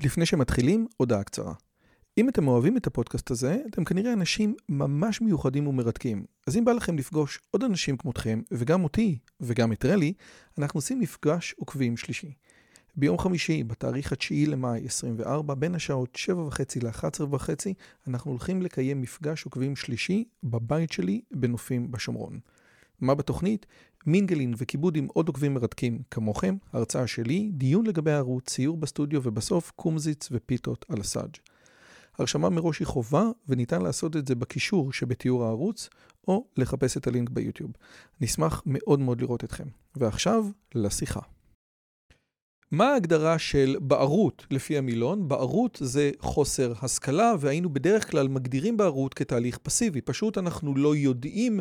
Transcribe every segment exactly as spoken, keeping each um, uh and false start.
לפני שמתחילים, הודעה קצרה. אם אתם אוהבים את הפודקאסט הזה, אתם כנראה אנשים ממש מיוחדים ומרתקים. אז אם בא לכם לפגוש עוד אנשים כמותכם, וגם אותי, וגם את רלי, אנחנו עושים מפגש עוקבים שלישי. ביום חמישי, בתאריך התשיעי למאי עשרים וארבע, בין השעות שבע וחצי ל-אחת עשרה וחצי, אנחנו הולכים לקיים מפגש עוקבים שלישי בבית שלי בנופים בשומרון. מה בתוכנית? מינגלין וכיבוד עם עוד עוקבים מרתקים כמוכם, הרצאה שלי, דיון לגבי הערוץ, ציור בסטודיו ובסוף קומזיץ ופיתות על הסאג'. הרשמה מראש היא חובה וניתן לעשות את זה בקישור שבתיאור הערוץ או לחפש את הלינק ביוטיוב. נשמח מאוד מאוד לראות אתכם. ועכשיו לשיחה. מה ההגדרה של בערות לפי המילון? בערות זה חוסר השכלה והיינו בדרך כלל מגדירים בערות כתהליך פסיבי. פשוט אנחנו לא יודעים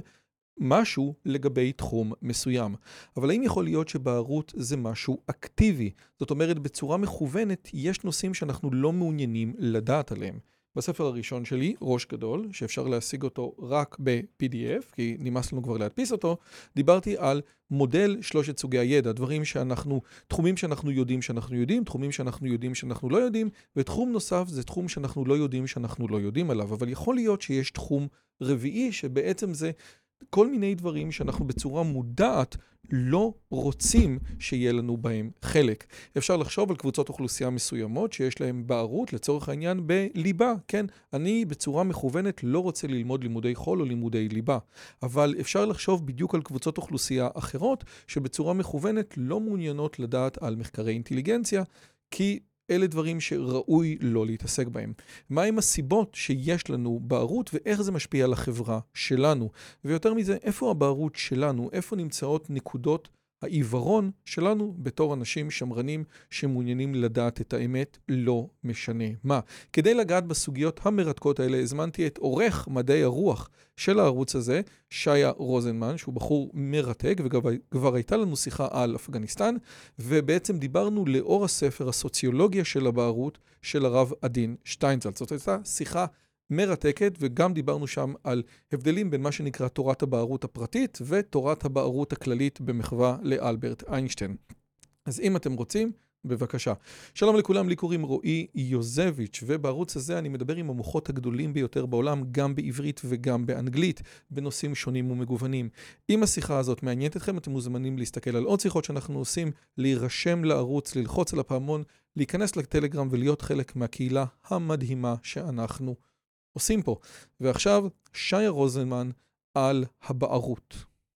משהו לגבי תחום מסוים. אבל האם יכול להיות שבערות זה משהו אקטיבי? זאת אומרת, בצורה מכוונת, יש נושאים שאנחנו לא מעוניינים לדעת עליהם. בספר הראשון שלי, ראש גדול, שאפשר להשיג אותו רק ב-פי די אף, כי נמאס לנו כבר להדפיס אותו, דיברתי על מודל שלושת סוגי הידע, דברים שאנחנו, תחומים שאנחנו יודעים שאנחנו יודעים, תחומים שאנחנו יודעים שאנחנו לא יודעים, ותחום נוסף זה תחום שאנחנו לא יודעים שאנחנו לא יודעים עליו. אבל יכול להיות שיש תחום רביעי שבעצם זה כל מיני דברים שאנחנו בצורה מודעת לא רוצים שיהיה לנו בהם חלק. אפשר לחשוב על קבוצות אוכלוסייה מסוימות שיש להם בערות לצורך העניין בליבה. כן, אני בצורה מכוונת לא רוצה ללמוד לימודי חול או לימודי ליבה. אבל אפשר לחשוב בדיוק על קבוצות אוכלוסייה אחרות שבצורה מכוונת לא מעוניינות לדעת על מחקרי אינטליגנציה, כי אלה דברים שראוי לא להתעסק בהם. מהם הסיבות שיש לנו בערות ואיך זה משפיע על החברה שלנו? ויותר מזה, איפה הבערות שלנו? איפה נמצאות נקודות העיוורון שלנו בתור אנשים שמרנים שמעוניינים לדעת את האמת, לא משנה מה. כדי לגעת בסוגיות המרתקות האלה, הזמנתי את עורך מדעי הרוח של הערוץ הזה, שיה רוזנמן, שהוא בחור מרתק, וכבר הייתה לנו שיחה על אפגניסטן, ובעצם דיברנו לאור הספר הסוציולוגיה של הבערות של הרב עדין שטיינזלץ. זאת הייתה שיחה מרתקת, וגם דיברנו שם על הבדלים בין מה שנקרא תורת הבערות הפרטית ותורת הבערות הכללית במחווה לאלברט איינשטיין. אז אם אתם רוצים, בבקשה. שלום לכולם, לי קוראים רועי יוזביץ', ובערוץ הזה אני מדבר עם המוחות הגדולים ביותר בעולם, גם בעברית וגם באנגלית, בנושאים שונים ומגוונים. אם השיחה הזאת מעניינת אתכם, אתם מוזמנים להסתכל על עוד שיחות שאנחנו עושים, להירשם לערוץ, ללחוץ על הפעמון, להיכנס לטלגרם ולהיות חלק מהקהילה המדהימה שאנחנו עושים פה. ועכשיו, שיה רוזנמן על הבערות.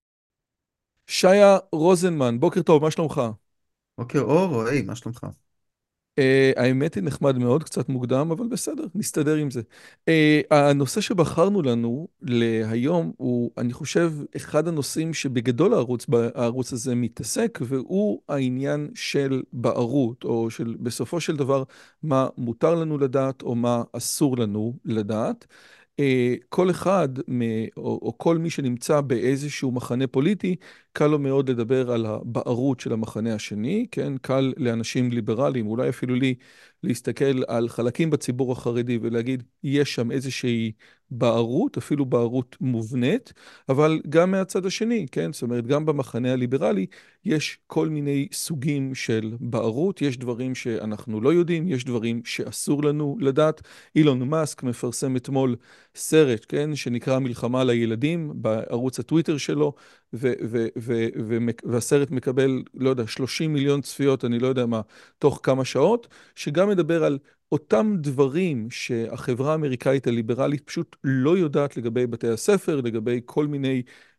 שיה רוזנמן, בוקר טוב, מה שלומך? בוקר אור, רועי, מה שלומך? Uh, האמת היא נחמד מאוד, קצת מוקדם, אבל בסדר, נסתדר עם זה. Uh, הנושא שבחרנו לנו להיום הוא, אני חושב, אחד הנושאים שבגדול הערוץ, הערוץ הזה מתעסק, והוא העניין של בערות, או של בסופו של דבר מה מותר לנו לדעת, או מה אסור לנו לדעת. Uh, כל אחד, או, או כל מי שנמצא באיזשהו מחנה פוליטי, קל לו מאוד לדבר על הבערות של המחנה השני, כן? קל לאנשים ליברליים, אולי אפילו לי, להסתכל על חלקים בציבור החרדי ולהגיד, יש שם איזושהי בערות, אפילו בערות מובנית, אבל גם מהצד השני, כן? זאת אומרת, גם במחנה הליברלי יש כל מיני סוגים של בערות, יש דברים שאנחנו לא יודעים, יש דברים שאסור לנו לדעת. אילון מאסק מפרסם אתמול סרט, כן? שנקרא מלחמה לילדים, בערוץ הטוויטר שלו, ו- ו- ו- ו- והסרט מקבל, לא יודע, שלושים מיליון צפיות, אני לא יודע מה, תוך כמה שעות, שגם מדבר על אותם דברים שהחברה האמריקאית הליברלית פשוט לא יודעת לגבי בתי הספר, לגבי כל מיני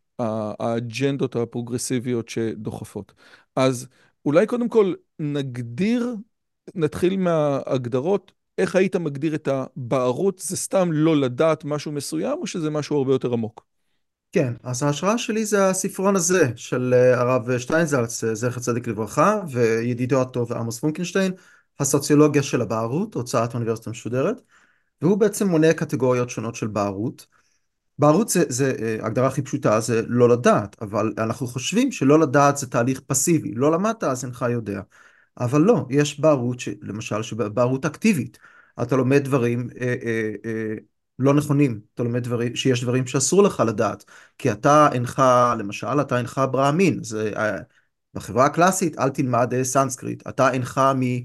האג'נדות הפרוגרסיביות שדוחפות. אז אולי קודם כל נגדיר, נתחיל מההגדרות, איך היית מגדיר את הבערות? זה סתם לא לדעת משהו מסוים, או שזה משהו הרבה יותר עמוק? כן, אז ההשראה שלי זה הספרון הזה של אה, הרב שטיינזלץ, אה, זכר צדיק לברכה, וידידו הטוב עמוס פונקנשטיין, הסוציולוגיה של הבערות, הוצאת האוניברסיטה המשודרת, והוא בעצם מונה קטגוריות שונות של בערות. בערות זה, זה אה, הגדרה הכי פשוטה, זה לא לדעת, אבל אנחנו חושבים שלא לדעת זה תהליך פסיבי, לא למדת אז אינך יודע. אבל לא, יש בערות, ש- למשל, בערות אקטיבית. אתה לומד דברים אה, אה, אה, לא נכונים, אתה לומד דברים, שיש דברים שאסור לך לדעת, כי אתה אינך, למשל, אתה אינך ברהמין, זה, אה, בחברה הקלאסית אל תלמד אה, סנסקריט, אתה אינך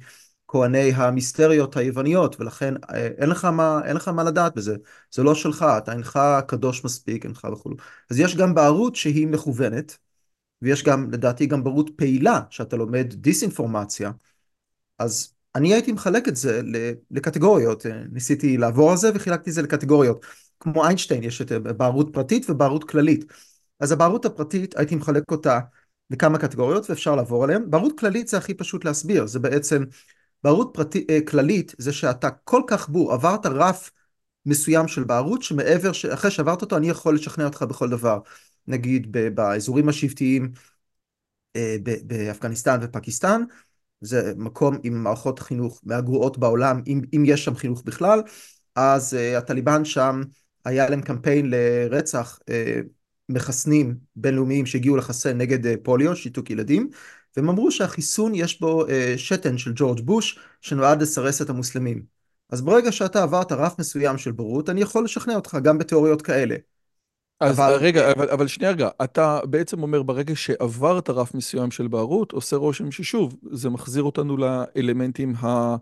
כהני המיסטריות היווניות, ולכן אה, אין לך מה, אין לך מה לדעת בזה. זה לא שלך, אתה אינך קדוש מספיק, אינך וכו'. אז יש גם בערות שהיא מכוונת, ויש גם, לדעתי, גם בערות פעילה, שאתה לומד דיסאינפורמציה. אז אני הייתי מחלק את זה לקטגוריות, ניסיתי לעבור על זה וחילקתי את זה לקטגוריות. כמו איינשטיין, יש את בערות פרטית ובערות כללית. אז הבערות הפרטית, הייתי מחלק אותה לכמה קטגוריות ואפשר לעבור עליהן. בערות כללית זה הכי פשוט להסביר, זה בעצם, בערות פרטי, כללית זה שאתה כל כך בור, עברת רף מסוים של בערות, שמעבר, אחרי שעברת אותו אני יכול לשכנע אותך בכל דבר. נגיד באזורים השבטיים באפגניסטן ופקיסטן, זה מקום עם מערכות חינוך מהגרועות בעולם, אם, אם יש שם חינוך בכלל, אז uh, הטליבן שם, היה להם קמפיין לרצח uh, מחסנים בינלאומיים שהגיעו לחסן נגד uh, פוליו, שיתוק ילדים, והם אמרו שהחיסון יש בו uh, שתן של ג'ורג' בוש, שנועד לסרס את המוסלמים. אז ברגע שאתה עברת רף מסוים של בורות, אני יכול לשכנע אותך גם בתיאוריות כאלה. אז אבל רגע, אבל, אבל שנייה רגע, אתה בעצם אומר ברגע שעברת רף מסוים של בערות, עושה רושם ששוב, זה מחזיר אותנו לאלמנטים ה...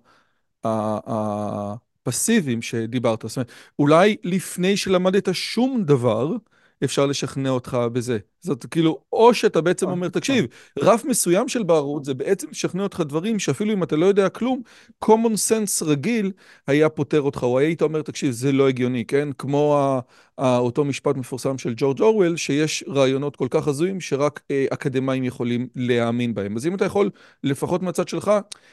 הפסיביים שדיברת. זאת אומרת, אולי לפני שלמדת שום דבר, אפשר לשכנע אותך בזה. זאת כאילו, או שאתה בעצם אומר, תקשיב, רף מסוים של בערות זה בעצם לשכנע אותך דברים שאפילו אם אתה לא יודע כלום, common sense רגיל היה פותר אותך, או היית אומר, תקשיב, זה לא הגיוני, כן? כמו ה, ה, אותו משפט מפורסם של ג'ורג' אורוול, שיש רעיונות כל כך הזויים שרק אה, אקדמאים יכולים להאמין בהם. אז אם אתה יכול, לפחות מהצד שלך,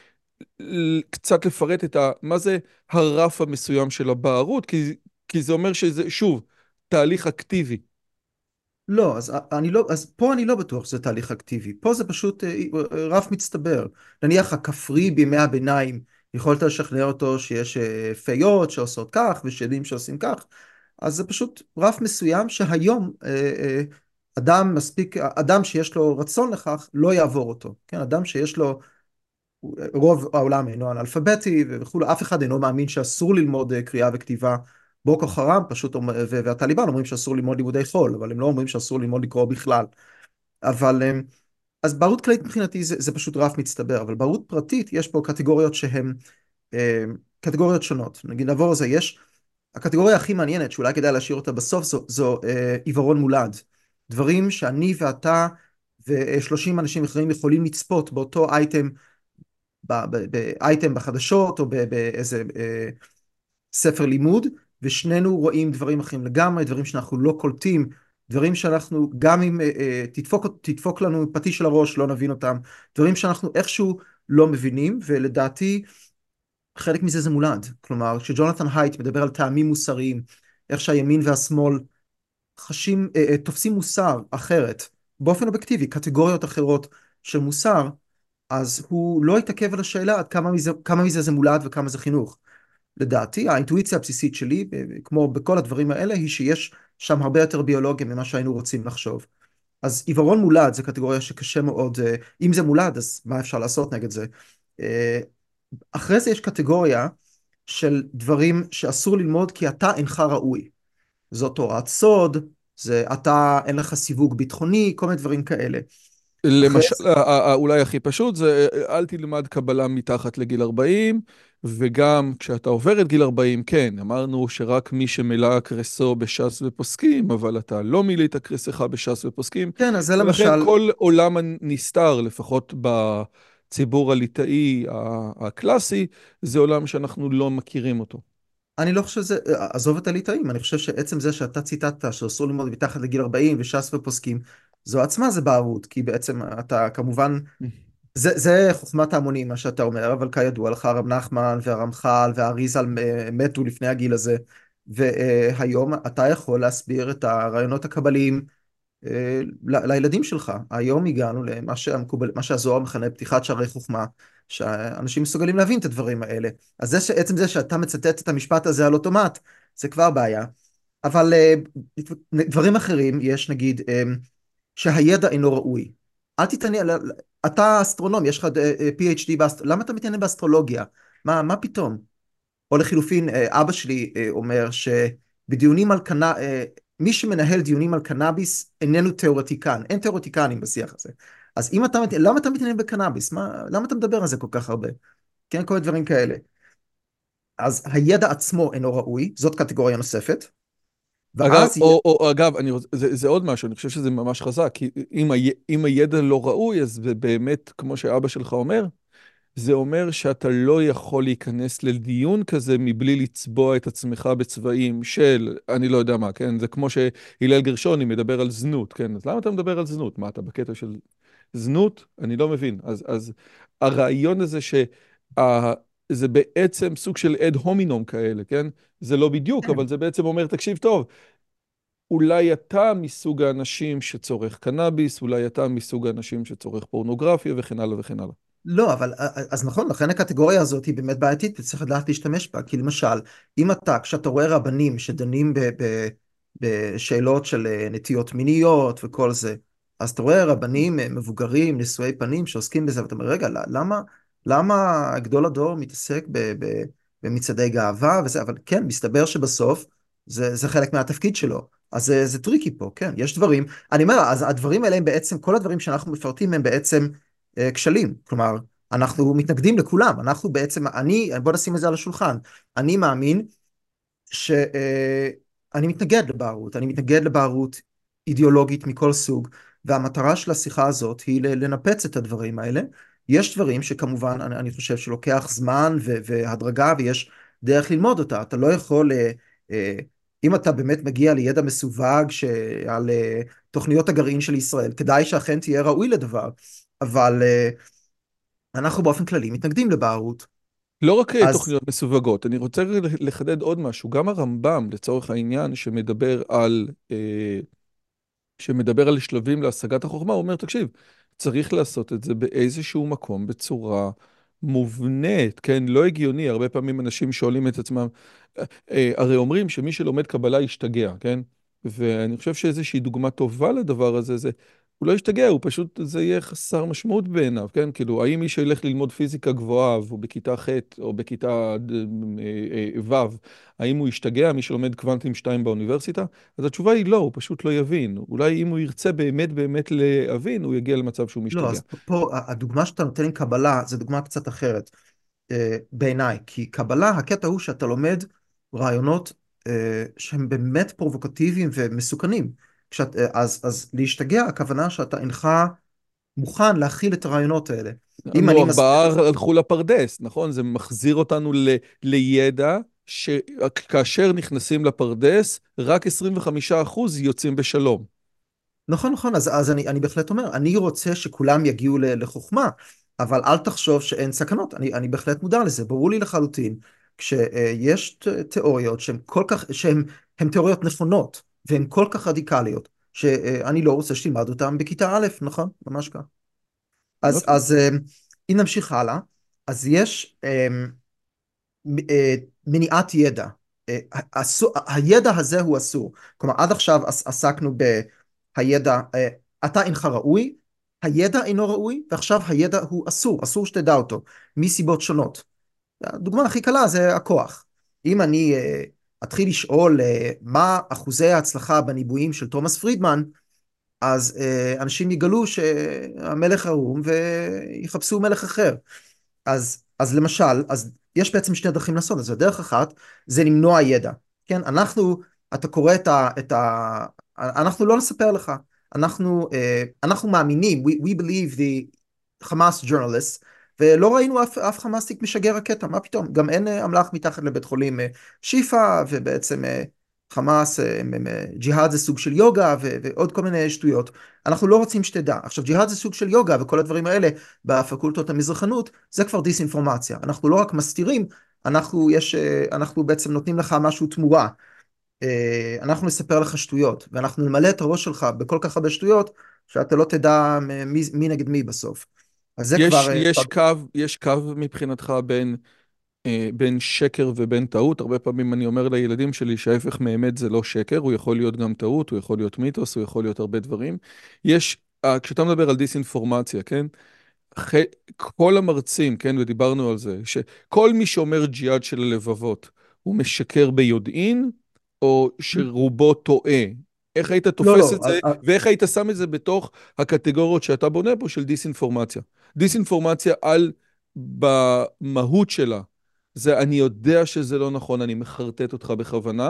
קצת לפרט את ה, מה זה הרף המסוים של הבערות, כי, כי זה אומר שזה, שוב, תהליך אקטיבי. לא, אז אני לא, אז פה אני לא בטוח שזה תהליך אקטיבי. פה זה פשוט אה, אה, רף מצטבר. נניח הכפרי בימי הביניים, יכולת לשכנע אותו שיש אה, פיות שעושות כך ושדים שעושים כך, אז זה פשוט רף מסוים שהיום אה, אה, אדם מספיק, אדם שיש לו רצון לכך לא יעבור אותו. כן, אדם שיש לו, רוב העולם אינו אנאלפביתי וכו', אף אחד אינו מאמין שאסור ללמוד אה, קריאה וכתיבה. בוקו חרם פשוט, אומר- ו- והטליבן אומרים שאסור ללמוד לימודי חול, אבל הם לא אומרים שאסור ללמוד לקרוא בכלל. אבל, אה, אז בערות כללית מבחינתי זה, זה פשוט רף מצטבר, אבל בערות פרטית יש פה קטגוריות שהן אה, קטגוריות שונות. נגיד נעבור על זה, יש, הקטגוריה הכי מעניינת, שאולי כדאי להשאיר אותה בסוף, זו, זו אה, עיוורון מולד. דברים שאני ואתה ו-שלושים אנשים אחרים יכולים לצפות באותו אייטם, באייטם בחדשות או באיזה אה, ספר לימוד, ושנינו רואים דברים אחרים לגמרי, דברים שאנחנו לא קולטים, דברים שאנחנו, גם אם אה, אה, תדפוק, תדפוק לנו פטיש על הראש, לא נבין אותם, דברים שאנחנו איכשהו לא מבינים, ולדעתי חלק מזה זה מולד. כלומר, כשג'ונתן הייט מדבר על טעמים מוסריים, איך שהימין והשמאל חשים, אה, אה, תופסים מוסר אחרת, באופן אובייקטיבי, קטגוריות אחרות של מוסר, אז הוא לא יתעכב על השאלה עד כמה מזה, כמה מזה זה מולד וכמה זה חינוך. לדעתי, האינטואיציה הבסיסית שלי, כמו בכל הדברים האלה, היא שיש שם הרבה יותר ביולוגיה ממה שהיינו רוצים לחשוב. אז עיוורון מולד זה קטגוריה שקשה מאוד, אם זה מולד, אז מה אפשר לעשות נגד זה? אחרי זה יש קטגוריה של דברים שאסור ללמוד כי אתה אינך ראוי. זאת תורת סוד, זה אתה אין לך סיווג ביטחוני, כל מיני דברים כאלה. אחרי למשל, זה, ה- ה- אולי הכי פשוט זה אל תלמד קבלה מתחת לגיל ארבעים, וגם כשאתה עובר את גיל ארבעים, כן, אמרנו שרק מי שמילא קרסו בש"ס ופוסקים, אבל אתה לא מילאת קרסך בש"ס ופוסקים, כן, אז זה ולכן למשל, כל עולם הנסתר, לפחות בציבור הליטאי ה- הקלאסי, זה עולם שאנחנו לא מכירים אותו. אני לא חושב שזה, עזוב את הליטאים, אני חושב שעצם זה שאתה ציטטת שאסור ללמוד מתחת לגיל ארבעים וש"ס ופוסקים, זו עצמה זה בערות, כי בעצם אתה כמובן, זה, זה חוכמת ההמונים מה שאתה אומר, אבל כידוע לך הרב נחמן והרמח"ל והאריז"ל מתו לפני הגיל הזה, והיום אתה יכול להסביר את הרעיונות הקבליים אה, ל- לילדים שלך. היום הגענו למה שהמקובל, מה שהזוהר מכנה פתיחת שערי חוכמה, שאנשים מסוגלים להבין את הדברים האלה. אז זה שעצם זה שאתה מצטט את המשפט הזה על אוטומט, זה כבר בעיה. אבל אה, דברים אחרים, יש נגיד אה, שהידע אינו ראוי. אל תתעניין, אתה אסטרונום, יש לך אה, פי אייץ' די באסטרולוגיה, למה אתה מתעניין באסטרולוגיה? מה, מה פתאום? או לחילופין, אה, אבא שלי אה, אומר שבדיונים על קנאביס, מי שמנהל דיונים על קנאביס איננו תיאורטיקן, אין תיאורטיקנים בשיח הזה. אז אם אתה, למה אתה מתעניין בקנאביס? מה, למה אתה מדבר על זה כל כך הרבה? כן, כל מיני דברים כאלה. אז הידע עצמו אינו ראוי, זאת קטגוריה נוספת, אגב, ואז או, או אגב, אני רוצה, זה, זה עוד משהו, אני חושב שזה ממש חזק, כי אם, ה, אם הידע לא ראוי, אז זה באמת, כמו שאבא שלך אומר, זה אומר שאתה לא יכול להיכנס לדיון כזה מבלי לצבוע את עצמך בצבעים של, אני לא יודע מה, כן? זה כמו שהלל גרשוני מדבר על זנות, כן? אז למה אתה מדבר על זנות? מה, אתה בקטע של זנות? אני לא מבין. אז, אז הרעיון הזה שזה בעצם סוג של אד הומינום כאלה, כן? זה לא בדיוק, כן. אבל זה בעצם אומר, תקשיב טוב, אולי אתה מסוג האנשים שצורך קנאביס, אולי אתה מסוג האנשים שצורך פורנוגרפיה וכן הלאה וכן הלאה. לא, אבל אז נכון, לכן הקטגוריה הזאת היא באמת בעייתית וצריך לדעת להשתמש בה, כי למשל, אם אתה, כשאתה רואה רבנים שדנים ב, ב, בשאלות של אה, נטיות מיניות וכל זה, אז אתה רואה רבנים אה, מבוגרים, נשואי פנים שעוסקים בזה, ואתה אומר, רגע, למה, למה גדול הדור מתעסק ב, ב, במצעדי גאווה וזה, אבל כן, מסתבר שבסוף זה, זה חלק מהתפקיד שלו. אז זה, זה טריקי פה, כן, יש דברים, אני אומר, אז הדברים האלה הם בעצם, כל הדברים שאנחנו מפרטים הם בעצם אה, כשלים. כלומר, אנחנו מתנגדים לכולם. אנחנו בעצם, אני, בוא נשים את זה על השולחן. אני מאמין שאני מתנגד לבערות. אני מתנגד לבערות אידיאולוגית מכל סוג, והמטרה של השיחה הזאת היא לנפץ את הדברים האלה. יש דברים שכמובן, אני, אני חושב שלוקח זמן ו- והדרגה, ויש דרך ללמוד אותה. אתה לא יכול... אה, אה, אם אתה באמת מגיע לידע מסווג על אה, תוכניות הגרעין של ישראל, כדאי שאכן תהיה ראוי לדבר. אבל אה, אנחנו באופן כללי מתנגדים לבערות. לא רק אה, אז תוכניות מסווגות, אני רוצה לחדד עוד משהו. גם הרמב"ם, לצורך העניין, שמדבר על, אה, שמדבר על שלבים להשגת החוכמה, הוא אומר, תקשיב, צריך לעשות את זה באיזשהו מקום, בצורה מובנית, כן? לא הגיוני. הרבה פעמים אנשים שואלים את עצמם, אה, אה, הרי אומרים שמי שלומד קבלה ישתגע, כן? ואני חושב שאיזושהי דוגמה טובה לדבר הזה, זה הוא לא ישתגע, הוא פשוט, זה יהיה חסר משמעות בעיניו, כן? כאילו, האם מי שילך ללמוד פיזיקה גבוהה, והוא בכיתה ח' או בכיתה אה, אה, ו', האם הוא ישתגע, מי שלומד קוונטים שתיים באוניברסיטה? אז התשובה היא לא, הוא פשוט לא יבין. אולי אם הוא ירצה באמת באמת להבין, הוא יגיע למצב שהוא לא, משתגע. אז פה הדוגמה שאתה נותן עם קבלה זה דוגמה קצת אחרת אה, בעיניי, כי קבלה, הקטע הוא שאתה לומד רעיונות אה, שהם באמת פרובוקטיביים ומסוכנים. כשאת, אה, אז, אז להשתגע, הכוונה שאתה אינך מוכן להכיל את הרעיונות האלה. אם נו, אני מסביר... ארבעה הלכו לפרדס, נכון? זה מחזיר אותנו ל, לידע שכאשר נכנסים לפרדס, רק עשרים וחמישה אחוז יוצאים בשלום. נכון, נכון, אז, אז אני, אני בהחלט אומר, אני רוצה שכולם יגיעו ל- לחוכמה, אבל אל תחשוב שאין סכנות, אני, אני בהחלט מודע לזה, ברור לי לחלוטין, כשיש ת- תיאוריות שהן כל כך, שהן הן תיאוריות נכונות, והן כל כך רדיקליות, שאני לא רוצה שתלמד אותן בכיתה א', נכון? ממש כך. אז, אוקיי. אז אה, אם נמשיך הלאה, אז יש אה, אה, מניעת ידע. אה, אסור, הידע הזה הוא אסור. כלומר, עד עכשיו עסקנו בידע, אה, אתה אינך ראוי, הידע אינו ראוי, ועכשיו הידע הוא אסור, אסור שתדע אותו, מסיבות שונות. הדוגמה הכי קלה זה הכוח. אם אני אה, אתחיל לשאול אה, מה אחוזי ההצלחה בניבויים של תומאס פרידמן, אז אה, אנשים יגלו שהמלך ערום ויחפשו מלך אחר. אז, אז למשל, אז יש בעצם שתי דרכים לעשות את זה. דרך אחת זה למנוע ידע. כן, אנחנו, אתה קורא את ה... את ה אנחנו לא נספר לך. אנחנו, אה, אנחנו מאמינים, we, we believe the חמאס journalists, ולא ראינו אף, אף חמאסניק משגר רקטה, מה פתאום? גם אין אה, אמל"ח מתחת לבית חולים אה, שיפא, ובעצם אה, חמאס, אה, אה, ג'יהאד זה סוג של יוגה, ו, ועוד כל מיני שטויות. אנחנו לא רוצים שתדע. עכשיו, ג'יהאד זה סוג של יוגה, וכל הדברים האלה בפקולטות המזרחנות, זה כבר דיסאינפורמציה. אנחנו לא רק מסתירים, אנחנו, יש, אה, אנחנו בעצם נותנים לך משהו תמורה. אה, אנחנו נספר לך שטויות, ואנחנו נמלא את הראש שלך בכל כך הרבה שטויות, שאתה לא תדע מי, מי נגד מי בסוף. אז זה יש, כבר... אה, יש קו, יש קו מבחינתך בין, אה, בין שקר ובין טעות. הרבה פעמים אני אומר לילדים שלי שההפך מאמת זה לא שקר, הוא יכול להיות גם טעות, הוא יכול להיות מיתוס, הוא יכול להיות הרבה דברים. יש, אה, כשאתה מדבר על דיסאינפורמציה, כן? ח- כל המרצים, כן, ודיברנו על זה, שכל מי שאומר ג'יהאד של הלבבות, הוא משקר ביודעין, או שרובו טועה? איך היית לא, תופס לא, את זה, ואיך היית שם את זה בתוך הקטגוריות שאתה בונה פה של דיסאינפורמציה? דיסאינפורמציה על במהות שלה, זה אני יודע שזה לא נכון, אני מחרטט אותך בכוונה,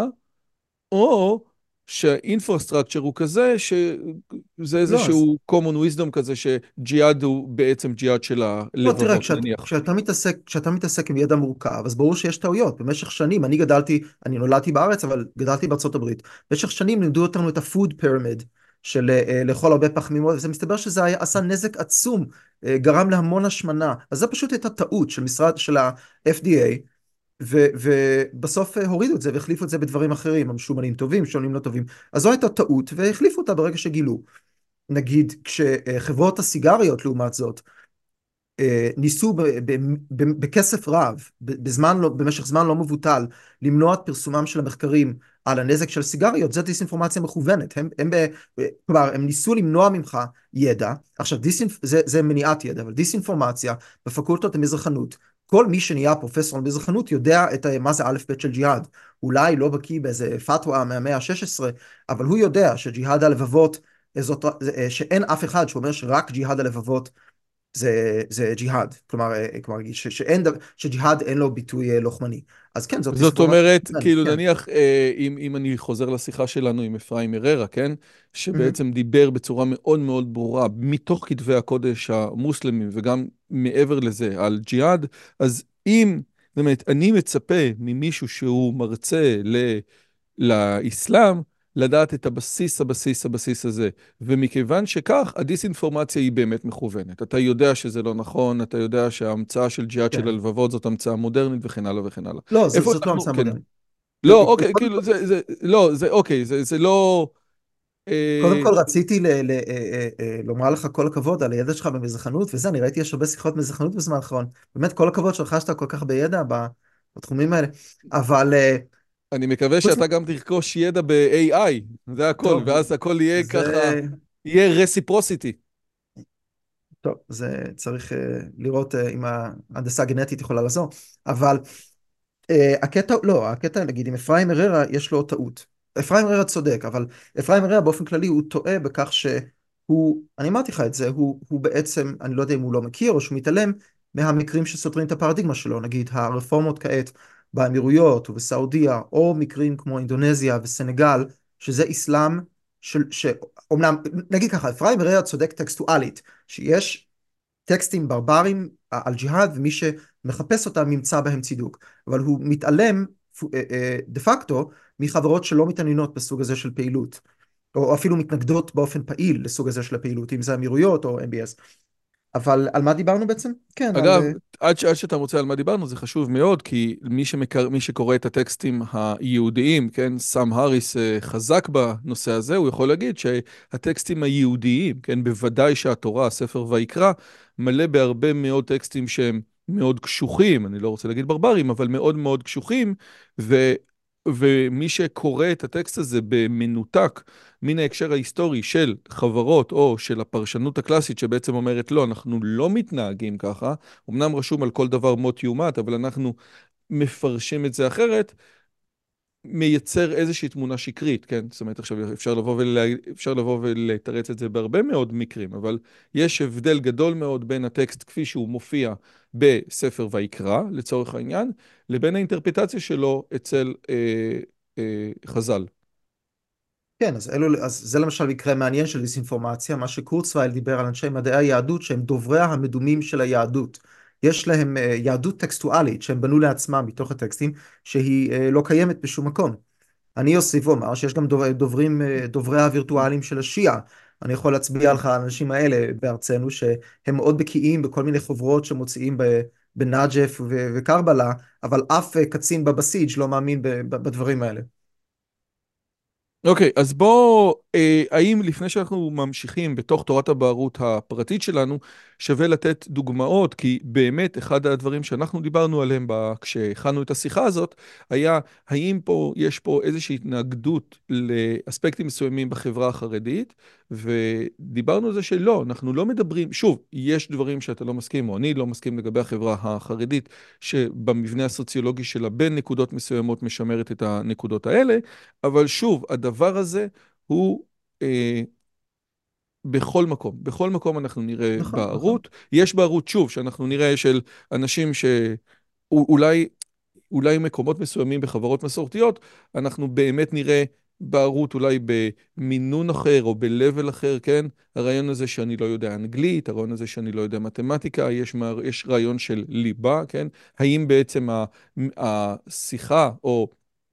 או שהאינפרסטרקצ'ר הוא כזה, שזה לא, אז איזשהו common wisdom כזה, שג'יהאד הוא בעצם ג'יהאד של לא, תראה, הלבבות, כשאת, נניח. כשאתה מתעסק, כשאתה מתעסק עם ידע מורכב, אז ברור שיש טעויות. במשך שנים, אני גדלתי, אני נולדתי בארץ, אבל גדלתי בארצות הברית. במשך שנים לימדו אותנו את ה-food pyramid, של אה, לאכול הרבה פחמימות, וזה מסתבר שזה היה, עשה נזק עצום, אה, גרם להמון השמנה. אז זה פשוט הייתה טעות של משרד, של ה-F D A, ו, ובסוף אה, הורידו את זה והחליפו את זה בדברים אחרים, המשומנים טובים, שונים לא טובים. אז זו הייתה טעות, והחליפו אותה ברגע שגילו. נגיד, כשחברות הסיגריות, לעומת זאת, אה, ניסו ב- ב- ב- בכסף רב, ב- בזמן לא, במשך זמן לא מבוטל, למנוע את פרסומם של המחקרים על הנזק של סיגריות, זה דיסאינפורמציה מכוונת. הם, הם, ב- כלומר, הם ניסו למנוע ממך ידע, עכשיו דיסאינפ, זה, זה מניעת ידע, אבל דיסאינפורמציה בפקולטות למזרחנות, כל מי שנהיה פרופסור למזרחנות יודע את ה- מה זה א' ב' של ג'יהאד. אולי לא בקיא באיזה פתווה מהמאה ה-שש עשרה, אבל הוא יודע שג'יהאד הלבבות, זאת, שאין אף אחד שאומר שרק ג'יהאד הלבבות זה, זה ג'יהאד, כלומר, אה, כלומר ש, שאין, דבר- שג'יהאד אין לו ביטוי אה, לוחמני. אז כן, זאת זאת דיסאינפורמציה אומרת, מכוונת, כאילו כן. נניח, אה, אם, אם אני חוזר לשיחה שלנו עם אפרים הררה, כן? מהמם. שבעצם דיבר בצורה מאוד מאוד ברורה, מתוך כתבי הקודש המוסלמים, וגם מעבר לזה, על ג'יהאד, אז אם, זאת אומרת, אני מצפה ממישהו שהוא מרצה ל... לאסלאם, לדעת את הבסיס, הבסיס, הבסיס הזה. ומכיוון שכך, הדיסאינפורמציה היא באמת מכוונת. אתה יודע שזה לא נכון, אתה יודע שההמצאה של ג'יהאד של כן. הלבבות זאת המצאה מודרנית וכן הלאה וכן הלאה. לא, ז, איפה זאת לא אנחנו, המצאה כן. מודרנית. לא, אוקיי, קודם כאילו, כל, זה, זה, לא, זה, אוקיי, זה, זה לא... קודם אה, כל רציתי ל, ל, אה, אה, אה, לומר לך כל הכבוד על הידע שלך במזרחנות, וזה, אני ראיתי יש הרבה שיחות מזרחנות בזמן האחרון. באמת, כל הכבוד שלך שאתה כל כך בידע ב- בתחומים האלה. אבל אה, אני מקווה חוץ מ... שאתה גם תרכוש ידע ב-איי איי, זה הכל, טוב, ואז הכל יהיה ככה, זה... יהיה רסיפרוסיטי. טוב, זה צריך אה, לראות אה, אם ההנדסה הגנטית יכולה לעזור. אבל אה, הקטע, לא, הקטע, נגיד, עם אפרים הררה יש לו טעות. אפרים הררה צודק, אבל אפרים הררה באופן כללי הוא טועה בכך שהוא, אני אמרתי לך את זה, הוא, הוא בעצם, אני לא יודע אם הוא לא מכיר או שהוא מתעלם מהמקרים שסותרים את הפרדיגמה שלו, נגיד הרפורמות כעת באמירויות ובסעודיה, או מקרים כמו אינדונזיה וסנגל, שזה אסלאם של, שאומנם, נגיד ככה, אפרים הררה צודק טקסטואלית, שיש טקסטים ברברים על ג'יהאד, ומי שמחפש אותם ימצא בהם צידוק. אבל הוא מתעלם אה, אה, דה פקטו מחברות שלא מתעניינות בסוג הזה של פעילות, או אפילו מתנגדות באופן פעיל לסוג הזה של הפעילות, אם זה אמירויות או אם בי אס. אבל על מה דיברנו בעצם? כן, על... אגב, אה, עד, ש, עד שאתה מוצא על מה דיברנו, זה חשוב מאוד, כי מי, שמקר, מי שקורא את הטקסטים היהודיים, כן, סם האריס אה, חזק בנושא הזה, הוא יכול להגיד שהטקסטים היהודיים, כן, בוודאי שהתורה, הספר ויקרא, מלא בהרבה מאוד טקסטים שהם מאוד קשוחים, אני לא רוצה להגיד ברברים, אבל מאוד מאוד קשוחים, ו, ומי שקורא את הטקסט הזה במנותק, מן ההקשר ההיסטורי של חברות או של הפרשנות הקלאסית שבעצם אומרת לא, אנחנו לא מתנהגים ככה, אמנם רשום על כל דבר מות יומת, אבל אנחנו מפרשים את זה אחרת, מייצר איזושהי תמונה שקרית, כן? זאת אומרת, עכשיו אפשר לבוא, ולה... אפשר לבוא ולתרץ את זה בהרבה מאוד מקרים, אבל יש הבדל גדול מאוד בין הטקסט כפי שהוא מופיע בספר ויקרא, לצורך העניין, לבין האינטרפטציה שלו אצל אה, אה, חז"ל. כן, אז, אלו, אז זה למשל מקרה מעניין של דיסאינפורמציה, מה שקורצווייל דיבר על אנשי מדעי היהדות שהם דובריה המדומים של היהדות. יש להם אה, יהדות טקסטואלית שהם בנו לעצמם מתוך הטקסטים, שהיא אה, לא קיימת בשום מקום. אני אוסיף ואומר שיש גם דוב- דוברים, אה, דוברי הווירטואלים של השיעה. אני יכול להצביע לך על האנשים האלה בארצנו, שהם מאוד בקיאים בכל מיני חוברות שמוציאים ב- בנג'ף ו- וקרבלה, אבל אף אה, קצין בבסיג' לא מאמין ב- ב- בדברים האלה. אוקיי, אז בוא, אה, האם לפני שאנחנו ממשיכים בתוך תורת הבערות הפרטית שלנו, שווה לתת דוגמאות, כי באמת אחד הדברים שאנחנו דיברנו עליהם ב- כשהכנו את השיחה הזאת, היה האם פה יש פה איזושהי התנגדות לאספקטים מסוימים בחברה החרדית, ודיברנו על זה שלא, אנחנו לא מדברים, שוב, יש דברים שאתה לא מסכים, או אני לא מסכים לגבי החברה החרדית, שבמבנה הסוציולוגי שלה בין נקודות מסוימות משמרת את הנקודות האלה, אבל שוב, הדבר הזה הוא אה, בכל מקום, בכל מקום אנחנו נראה נכון, נכון. בערות. יש בערות, שוב, שאנחנו נראה של אנשים שאולי אולי מקומות מסוימים בחברות מסורתיות, אנחנו באמת נראה בערות אולי במינון אחר או ב-level אחר, כן? הרעיון הזה שאני לא יודע אנגלית, הרעיון הזה שאני לא יודע מתמטיקה, יש, מה, יש רעיון של ליבה, כן? האם בעצם ה- השיחה או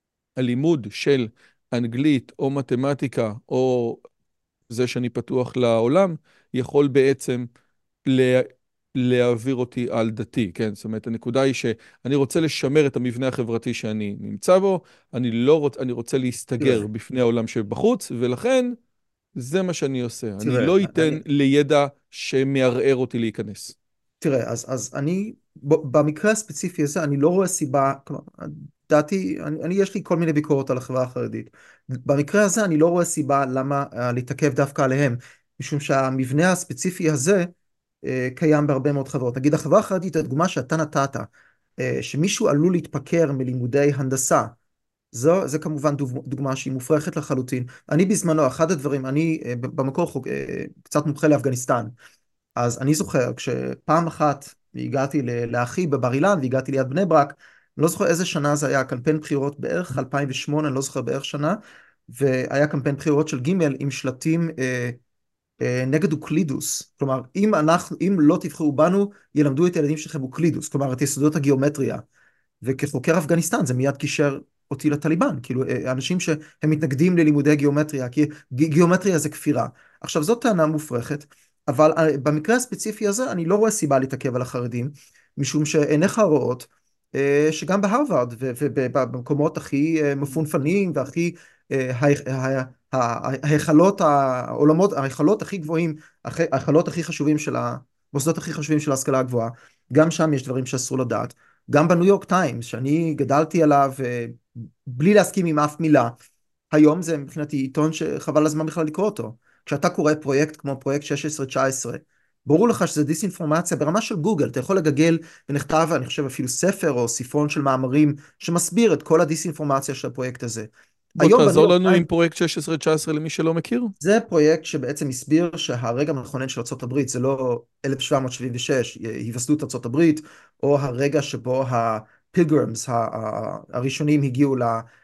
הלימוד של אנגלית או מתמטיקה או זה שאני פתוח לעולם, יכול בעצם לה, להעביר אותי על דתי, כן? זאת אומרת, הנקודה היא שאני רוצה לשמר את המבנה החברתי שאני נמצא בו, אני לא רוצ, אני רוצה תראה, להסתגר בפני העולם שבחוץ, ולכן זה מה שאני עושה. אני תראה, לא אתן אני, לידע שמערער אותי להיכנס. תראה, אז, אז אני, ב- במקרה הספציפי הזה, אני לא רואה סיבה, כלומר, דעתי, אני, אני, יש לי כל מיני ביקורות על החברה החרדית. במקרה הזה אני לא רואה סיבה למה uh, להתעכב דווקא עליהם, משום שהמבנה הספציפי הזה uh, קיים בהרבה מאוד חברות. נגיד, החברה החרדית, הדוגמה שאתה נתת, uh, שמישהו עלול להתפקר מלימודי הנדסה, זו, זה כמובן דוג, דוגמה שהיא מופרכת לחלוטין. אני בזמנו, אחד הדברים, אני uh, במקור חוג, uh, קצת מומחה לאפגניסטן, אז אני זוכר כשפעם אחת הגעתי ל- לאחי בבר אילן והגעתי ליד בני ברק, אני לא זוכר איזה שנה זה היה, קמפיין בחירות בערך אלפיים ושמונה, אני לא זוכר בערך שנה, והיה קמפיין בחירות של ג' עם שלטים אה, אה, נגד אוקלידוס. כלומר, אם אנחנו, אם לא תבחרו בנו, ילמדו את הילדים שלכם אוקלידוס, כלומר את יסודות הגיאומטריה. וכחוקר אפגניסטן זה מיד קישר אותי לטליבן, כאילו אה, אנשים שהם מתנגדים ללימודי גיאומטריה, כי גיאומטריה זה כפירה. עכשיו זאת טענה מופרכת, אבל אה, במקרה הספציפי הזה אני לא רואה סיבה להתעכב על החרדים, משום שעיניך רואות אה, שגם בהרווארד ובמקומות הכי אה, מפונפנים והכי אה, ה- ה- ה- ההיכלות, העולמות, ההיכלות הכי גבוהים, ההיכלות הכי חשובים של המוסדות הכי חשובים של ההשכלה הגבוהה, גם שם יש דברים שאסור לדעת. גם בניו יורק טיימס, שאני גדלתי עליו אה, בלי להסכים עם אף מילה, היום זה מבחינתי עיתון שחבל הזמן בכלל לקרוא אותו. כשאתה קורא פרויקט כמו פרויקט שש עשרה תשע עשרה, ברור לך שזה דיסאינפורמציה ברמה של גוגל, אתה יכול לגגל ונכתב, אני חושב אפילו ספר או ספרון של מאמרים שמסביר את כל הדיסאינפורמציה של הפרויקט הזה. בוא היום בניו תעזור יורק לנו עם טיימס, פרויקט שש עשרה תשע עשרה למי שלא מכיר. זה פרויקט שבעצם הסביר שהרגע המכונן של ארצות הברית זה לא אלף שבע מאות שבעים ושש, היווסדות ארצות הברית, או הרגע שבו הפילגרימס הראשונים הגיעו ל-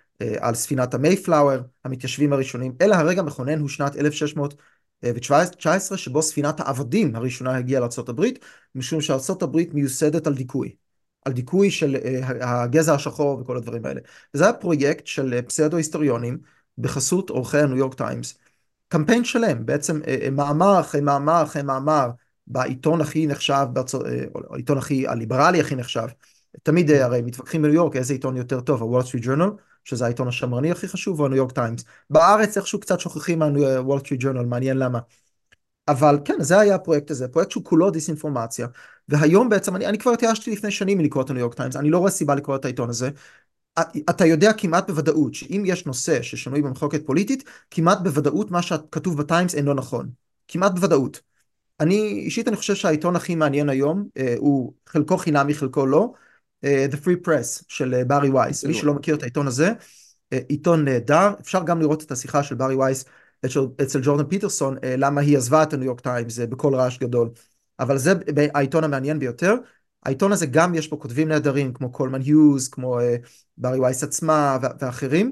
על ספינת המייפלאואר, המתיישבים הראשונים, אלא הרגע המכונן הוא שנת אלף שש מאות תשע עשרה, שבו ספינת העבדים הראשונה הגיעה לארצות הברית, משום שארצות הברית מיוסדת על דיכוי. על דיכוי של הגזע השחור וכל הדברים האלה. וזה היה פרויקט של פסאודו-היסטוריונים, בחסות עורכי הניו יורק טיימס, קמפיין שלם, בעצם אה, אה, מאמר אחרי מאמר אחרי מאמר, בעיתון הכי נחשב, בארצות, אה, או העיתון הכי, הליברלי הכי נחשב, תמיד אה, הרי מתווכחים בניו יורק איזה עיתון יותר טוב, הוול סטריט ג'ורנל, שזה העיתון השמרני הכי חשוב, או הניו יורק טיימס. בארץ איכשהו קצת שוכחים מהוול סטריט ג'ורנל, מעניין למה. אבל כן, זה היה הפרויקט הזה, פרויקט שהוא כולו דיסאינפורמציה, והיום בעצם, אני, אני כבר התייאשתי לפני שנים מלקרוא את הניו יורק טיימס, אני לא רואה סיבה לקרוא את העיתון הזה, אתה יודע כמעט בוודאות שאם יש נושא ששנוי במחלוקת פוליטית, כמעט בוודאות מה שכתוב בטיימס אינו נכון. כמעט בוודאות. אני, אישית אני חושב שהעיתון הכי מעניין היום, אה, הוא חלקו חינמי, חלקו לא, אה, The Free Press של אה, ברי וייס. מי שלא מכיר את העיתון הזה, אה, עיתון נהדר. אפשר גם לראות את השיחה של ברי וייס אצל, אצל ג'ורדן פיטרסון, אה, למה היא עזבה את הניו יורק טיימס, אה, בכל רעש גדול. אבל זה העיתון המעניין ביותר. העיתון הזה גם יש בו כותבים נהדרים, כמו קולמן היוז, כמו אה, ברי וייס עצמה ואחרים,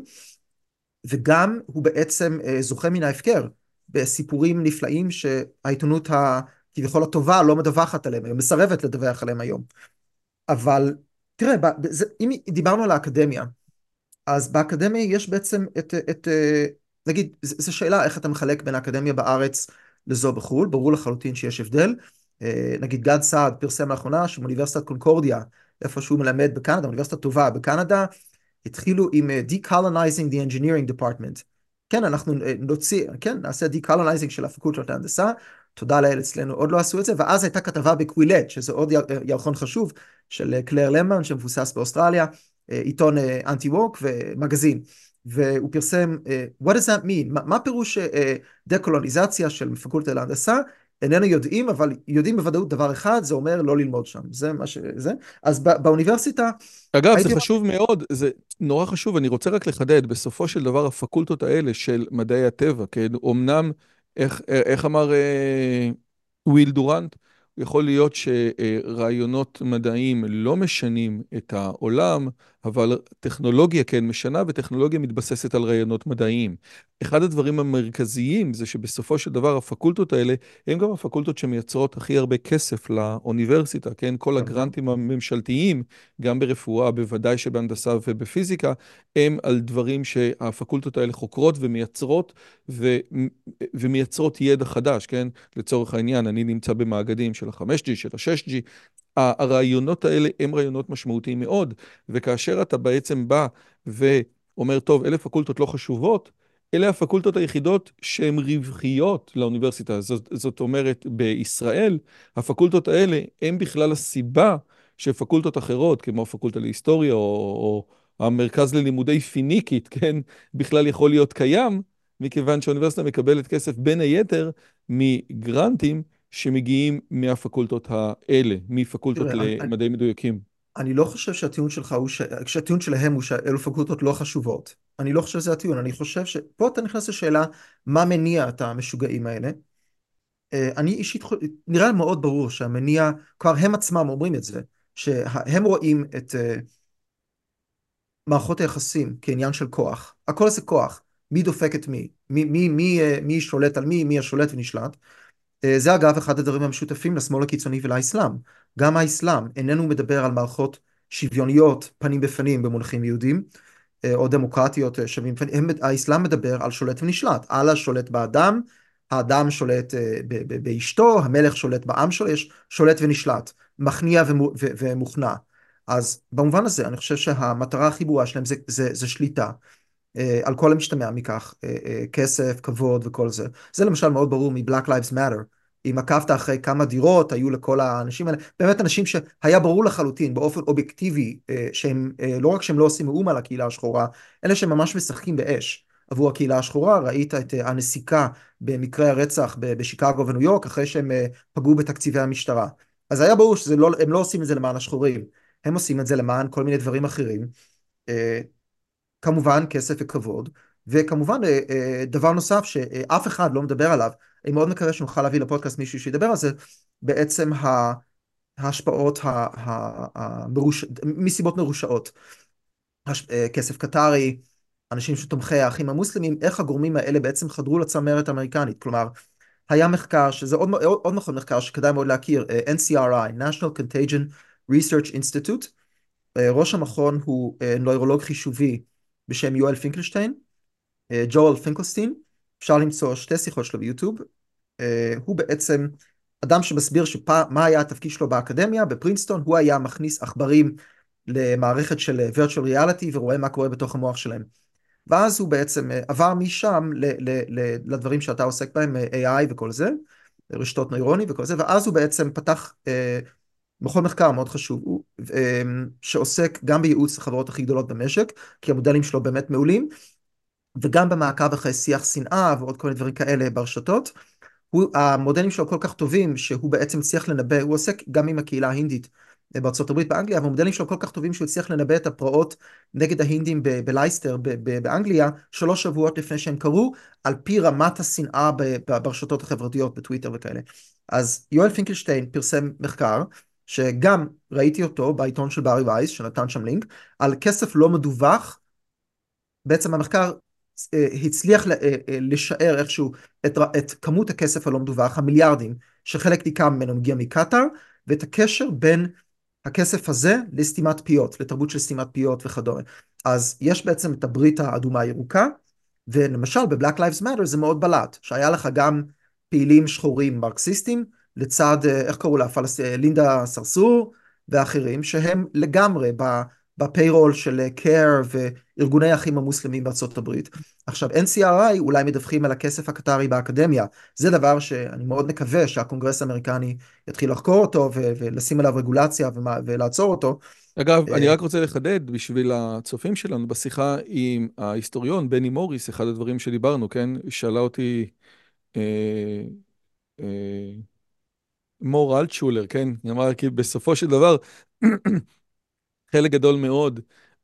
וגם הוא בעצם אה, זוכה מן ההפקר בסיפורים נפלאים שהעיתונות הכביכול הטובה לא מדווחת עליהם, היא מסרבת לדווח עליהם היום. אבל תראה, ב- זה, אם דיברנו על האקדמיה, אז באקדמיה יש בעצם את, את אה, נגיד, זו שאלה איך אתה מחלק בין האקדמיה בארץ לזו בחו"ל, ברור לחלוטין שיש הבדל. אה, נגיד גד סעד פרסם לאחרונה שבאוניברסיטת קונקורדיה, איפה שהוא מלמד בקנדה, אוניברסיטה טובה בקנדה, התחילו עם uh, Decolonizing the Engineering Department. כן, אנחנו uh, נוציא, כן, נעשה Decolonizing של הפקולטות להנדסה, תודה לאל אצלנו, עוד לא עשו את זה, ואז הייתה כתבה בקווילט, שזה עוד ירחון חשוב, של uh, קלר למון, שמבוסס באוסטרליה, uh, עיתון אנטי uh, ווק ומגזין, והוא פרסם, uh, What does that mean? מה, מה פירוש uh, דקולוניזציה של פקולטה להנדסה? איננו יודעים, אבל יודעים בוודאות דבר אחד, זה אומר לא ללמוד שם, זה מה שזה. אז בא, באוניברסיטה, אגב, זה הייתי חשוב מאוד, זה נורא חשוב, אני רוצה רק לחדד, בסופו של דבר הפקולטות האלה של מדעי הטבע, כן, אומנם איך, איך אמר אה, וויל דורנט? יכול להיות שרעיונות מדעיים לא משנים את העולם, אבל טכנולוגיה כן משנה, וטכנולוגיה מתבססת על רעיונות מדעיים. אחד הדברים המרכזיים זה שבסופו של דבר הפקולטות האלה, הן גם הפקולטות שמייצרות הכי הרבה כסף לאוניברסיטה, כן? כל נכון. הגרנטים הממשלתיים, גם ברפואה, בוודאי שבהנדסה ובפיזיקה, הם על דברים שהפקולטות האלה חוקרות ומייצרות, ו... ומייצרות ידע חדש, כן? לצורך העניין, אני נמצא במאגדים של ה-חמש ג'י, של ה-שש ג'י, הרעיונות האלה הם רעיונות משמעותיים מאוד, וכאשר אתה בעצם בא ואומר, טוב, אלה פקולטות לא חשובות, אלה הפקולטות היחידות שהן רווחיות לאוניברסיטה. זאת, זאת אומרת, בישראל, הפקולטות האלה הן בכלל הסיבה שפקולטות אחרות, כמו הפקולטה להיסטוריה או, או המרכז ללימודי פיניקית, כן, בכלל יכול להיות קיים, מכיוון שהאוניברסיטה מקבלת כסף בין היתר מגרנטים שמגיעים מהפקולטות האלה, מפקולטות תראה, אני, אני, למדעים מדויקים. אני לא חושב שהטיעון שלך הוא ש... שהטיעון שלהם הוא שאלו פקולטות לא חשובות. אני לא חושב שזה הטיעון, אני חושב ש... פה אתה נכנס לשאלה מה מניע את המשוגעים האלה. אה, אני אישית, חו- נראה לי מאוד ברור שהמניע, כבר הם עצמם אומרים את זה, שהם רואים את אה, מערכות היחסים כעניין של כוח. הכל זה כוח. מי דופק את מי? מי, מי, מי, אה, מי שולט על מי? מי השולט ונשלט? אה, זה אגב אחד הדברים המשותפים לשמאל הקיצוני ולאסלאם. גם האסלאם איננו מדבר על מערכות שוויוניות פנים בפנים במונחים יהודים, אה, או דמוקרטיות אה, שווים בפנים. הם- האסלאם מדבר על שולט ונשלט. אללה שולט באדם, האדם שולט אה, ב- ב- באשתו, המלך שולט בעם שלו, יש שולט ונשלט, מכניע ומו- ו- ומוכנע. אז במובן הזה אני חושב שהמטרה הכי ברורה שלהם זה, זה, זה שליטה. אה, על כל המשתמע מכך, אה, אה, כסף, כבוד וכל זה. זה למשל מאוד ברור מ-Black Lives Matter. אם עקבת אחרי כמה דירות היו לכל האנשים האלה, באמת אנשים שהיה ברור לחלוטין באופן אובייקטיבי, אה, שהם אה, לא רק שהם לא עושים מאום על הקהילה השחורה, אלא שהם ממש משחקים באש עבור הקהילה השחורה. ראית את אה, הנסיקה במקרה הרצח ב- בשיקגו וניו יורק, אחרי שהם אה, פגעו בתקציבי המשטרה. אז היה ברור שהם לא, לא עושים את זה למען השחורים, הם עושים את זה למען כל מיני דברים אחרים. אה, כמובן כסף וכבוד, וכמובן אה, אה, דבר נוסף שאף אחד לא מדבר עליו, אני מאוד מקווה שנוכל להביא לפודקאסט מישהו שידבר על זה, בעצם ההשפעות ה- ה- המרוש... מסיבות מרושעות, הש... אה, כסף קטרי, אנשים שתומכי האחים המוסלמים, איך הגורמים האלה בעצם חדרו לצמרת האמריקנית. כלומר, היה מחקר, שזה עוד, עוד, עוד מכון מחקר שכדאי מאוד להכיר, אה, N C R I, National Contagion Research Institute. אה, ראש המכון הוא אה, נוירולוג חישובי בשם יואל פינקלשטיין, אה, ג'ואל פינקלסטין. אפשר למצוא שתי שיחות שלו ביוטיוב. אה, הוא בעצם אדם שמסביר מה היה התפקיד שלו באקדמיה, בפרינסטון. הוא היה מכניס עכברים למערכת של אה, virtual reality ורואה מה קורה בתוך המוח שלהם. ואז הוא בעצם אה, עבר משם ל- ל- ל- לדברים שאתה עוסק בהם, אה, A I וכל זה, רשתות נוירוני וכל זה, ואז הוא בעצם פתח אה, מכון מחקר מאוד חשוב, הוא, אה, שעוסק גם בייעוץ לחברות הכי גדולות במשק, כי המודלים שלו באמת מעולים, וגם במעקב אחרי שיח שנאה ועוד כל מיני דברים כאלה ברשתות. הוא, המודלים שלו כל כך טובים שהוא בעצם הצליח לנבא, הוא עוסק גם עם הקהילה ההינדית בארצות הברית, באנגליה, אבל המודלים שלו כל כך טובים שהוא הצליח לנבא את הפרעות נגד ההינדים ב- בלייסטר, ב- ב- באנגליה, שלוש שבועות לפני שהם קרו, על פי רמת השנאה ב- ב- ברשתות החברתיות, בטוויטר וכאלה. אז יואל פינקלשטיין פרסם מחקר, שגם ראיתי אותו בעיתון של ברי וייס, שנתן שם לינק, על כסף לא מדווח. בעצם המחקר אה, הצליח ל- אה, אה, לשער איכשהו את, ר- את כמות הכסף הלא מדווח, המיליארדים, שחלק ניכר ממנו מגיע מקטאר, ואת הקשר בין הכסף הזה לסתימת פיות, לתרבות של סתימת פיות וכדומה. אז יש בעצם את הברית האדומה הירוקה, ולמשל ב-Black Lives Matter זה מאוד בלט, שהיה לך גם פעילים שחורים מרקסיסטים, לצד, אה, איך קראו לה, פלס... אה, לינדה סרסור ואחרים, שהם לגמרי בפיירול של קר וארגוני האחים המוסלמים בארצות הברית. עכשיו, N C R I אולי מדווחים על הכסף הקטרי באקדמיה, זה דבר שאני מאוד מקווה שהקונגרס האמריקני יתחיל לחקור אותו ו- ולשים עליו רגולציה ומה- ולעצור אותו. אגב, אני אה, רק רוצה לחדד בשביל הצופים שלנו, בשיחה עם ההיסטוריון בני מוריס, אחד הדברים שדיברנו, כן? שאלה אותי אה, אה, מור אלטשולר, כן? היא אמרה כי בסופו של דבר, חלק גדול מאוד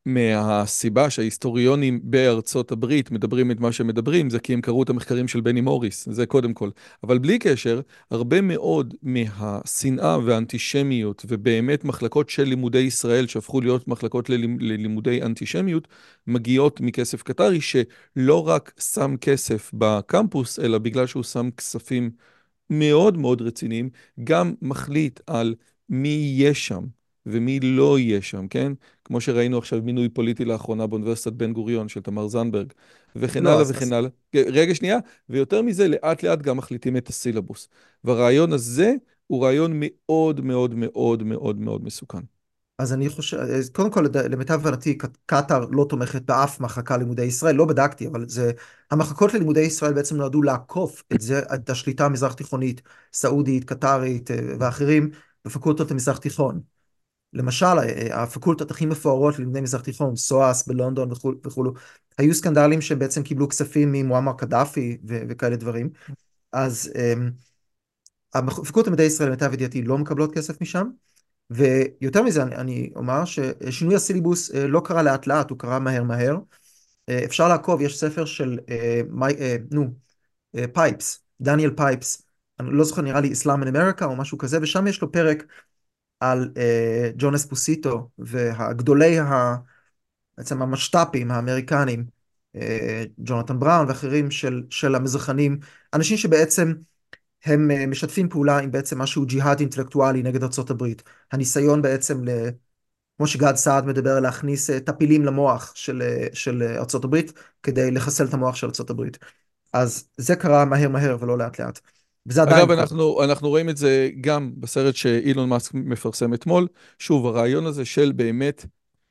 מהסיבה שההיסטוריונים בארצות הברית מדברים את מה שמדברים, זה כי הם קראו את המחקרים של בני מוריס, זה קודם כל. אבל בלי קשר, הרבה מאוד מהשנאה והאנטישמיות, ובאמת מחלקות של לימודי ישראל, שהפכו להיות מחלקות ללימודי אנטישמיות, מגיעות מכסף קטרי, שלא רק שם כסף בקמפוס, אלא בגלל שהוא שם כספים מאוד מאוד רציניים, גם מחליט על מי יהיה שם ומי לא יהיה שם, כן? כמו שראינו עכשיו מינוי פוליטי לאחרונה באוניברסיטת בן גוריון של תמר זנדברג, וכן לא, הלאה אז, וכן אז, הלאה. רגע שנייה, ויותר מזה, לאט לאט גם מחליטים את הסילבוס. והרעיון הזה הוא רעיון מאוד מאוד מאוד מאוד מאוד מסוכן. אז אני חושב, אז קודם כל, לד- למיטב הבנתי, ק- קטאר לא תומכת באף מחלקה לימודי ישראל, לא בדקתי, אבל זה, המחלקות ללימודי ישראל בעצם נועדו לעקוף את זה, את השליטה המזרח תיכונית, סעודית, קטרית אה, ואחרים, בפקולטות המזרח תיכון. למשל, אה, הפקולטות הכי מפוארות ללימודי מזרח תיכון, סואס בלונדון וכו' וכו', היו סקנדלים שבעצם קיבלו כספים ממועמר קדאפי ו- וכאלה דברים. אז אמ, הפקולטות למדעי ישראל, למיטב ידיעתי, לא מקבלות כסף משם. ויותר מזה, אני, אני אומר ששינוי הסילבוס אה, לא קרה לאט לאט, הוא קרה מהר מהר. אה, אפשר לעקוב, יש ספר של, אה, מי, אה, נו, אה, פייפס, דניאל פייפס, אני לא זוכר, נראה לי Islam in America או משהו כזה, ושם יש לו פרק על אה, ג'ון אספוסיטו והגדולי, ה, בעצם המשת"פים האמריקנים, אה, ג'ונתן בראון ואחרים של, של המזרחנים, אנשים שבעצם הם אה, משתפים פעולה עם בעצם משהו ג'יהאד אינטלקטואלי נגד ארצות הברית. הניסיון בעצם, ל, כמו שגד סעד מדבר, להכניס אה, טפילים למוח של, אה, של אה, ארצות הברית, כדי לחסל את המוח של ארצות הברית. אז זה קרה מהר מהר ולא לאט לאט. וזה עדיין אגב, קורה. אנחנו, אנחנו רואים את זה גם בסרט שאילון מאסק מפרסם אתמול. שוב, הרעיון הזה של באמת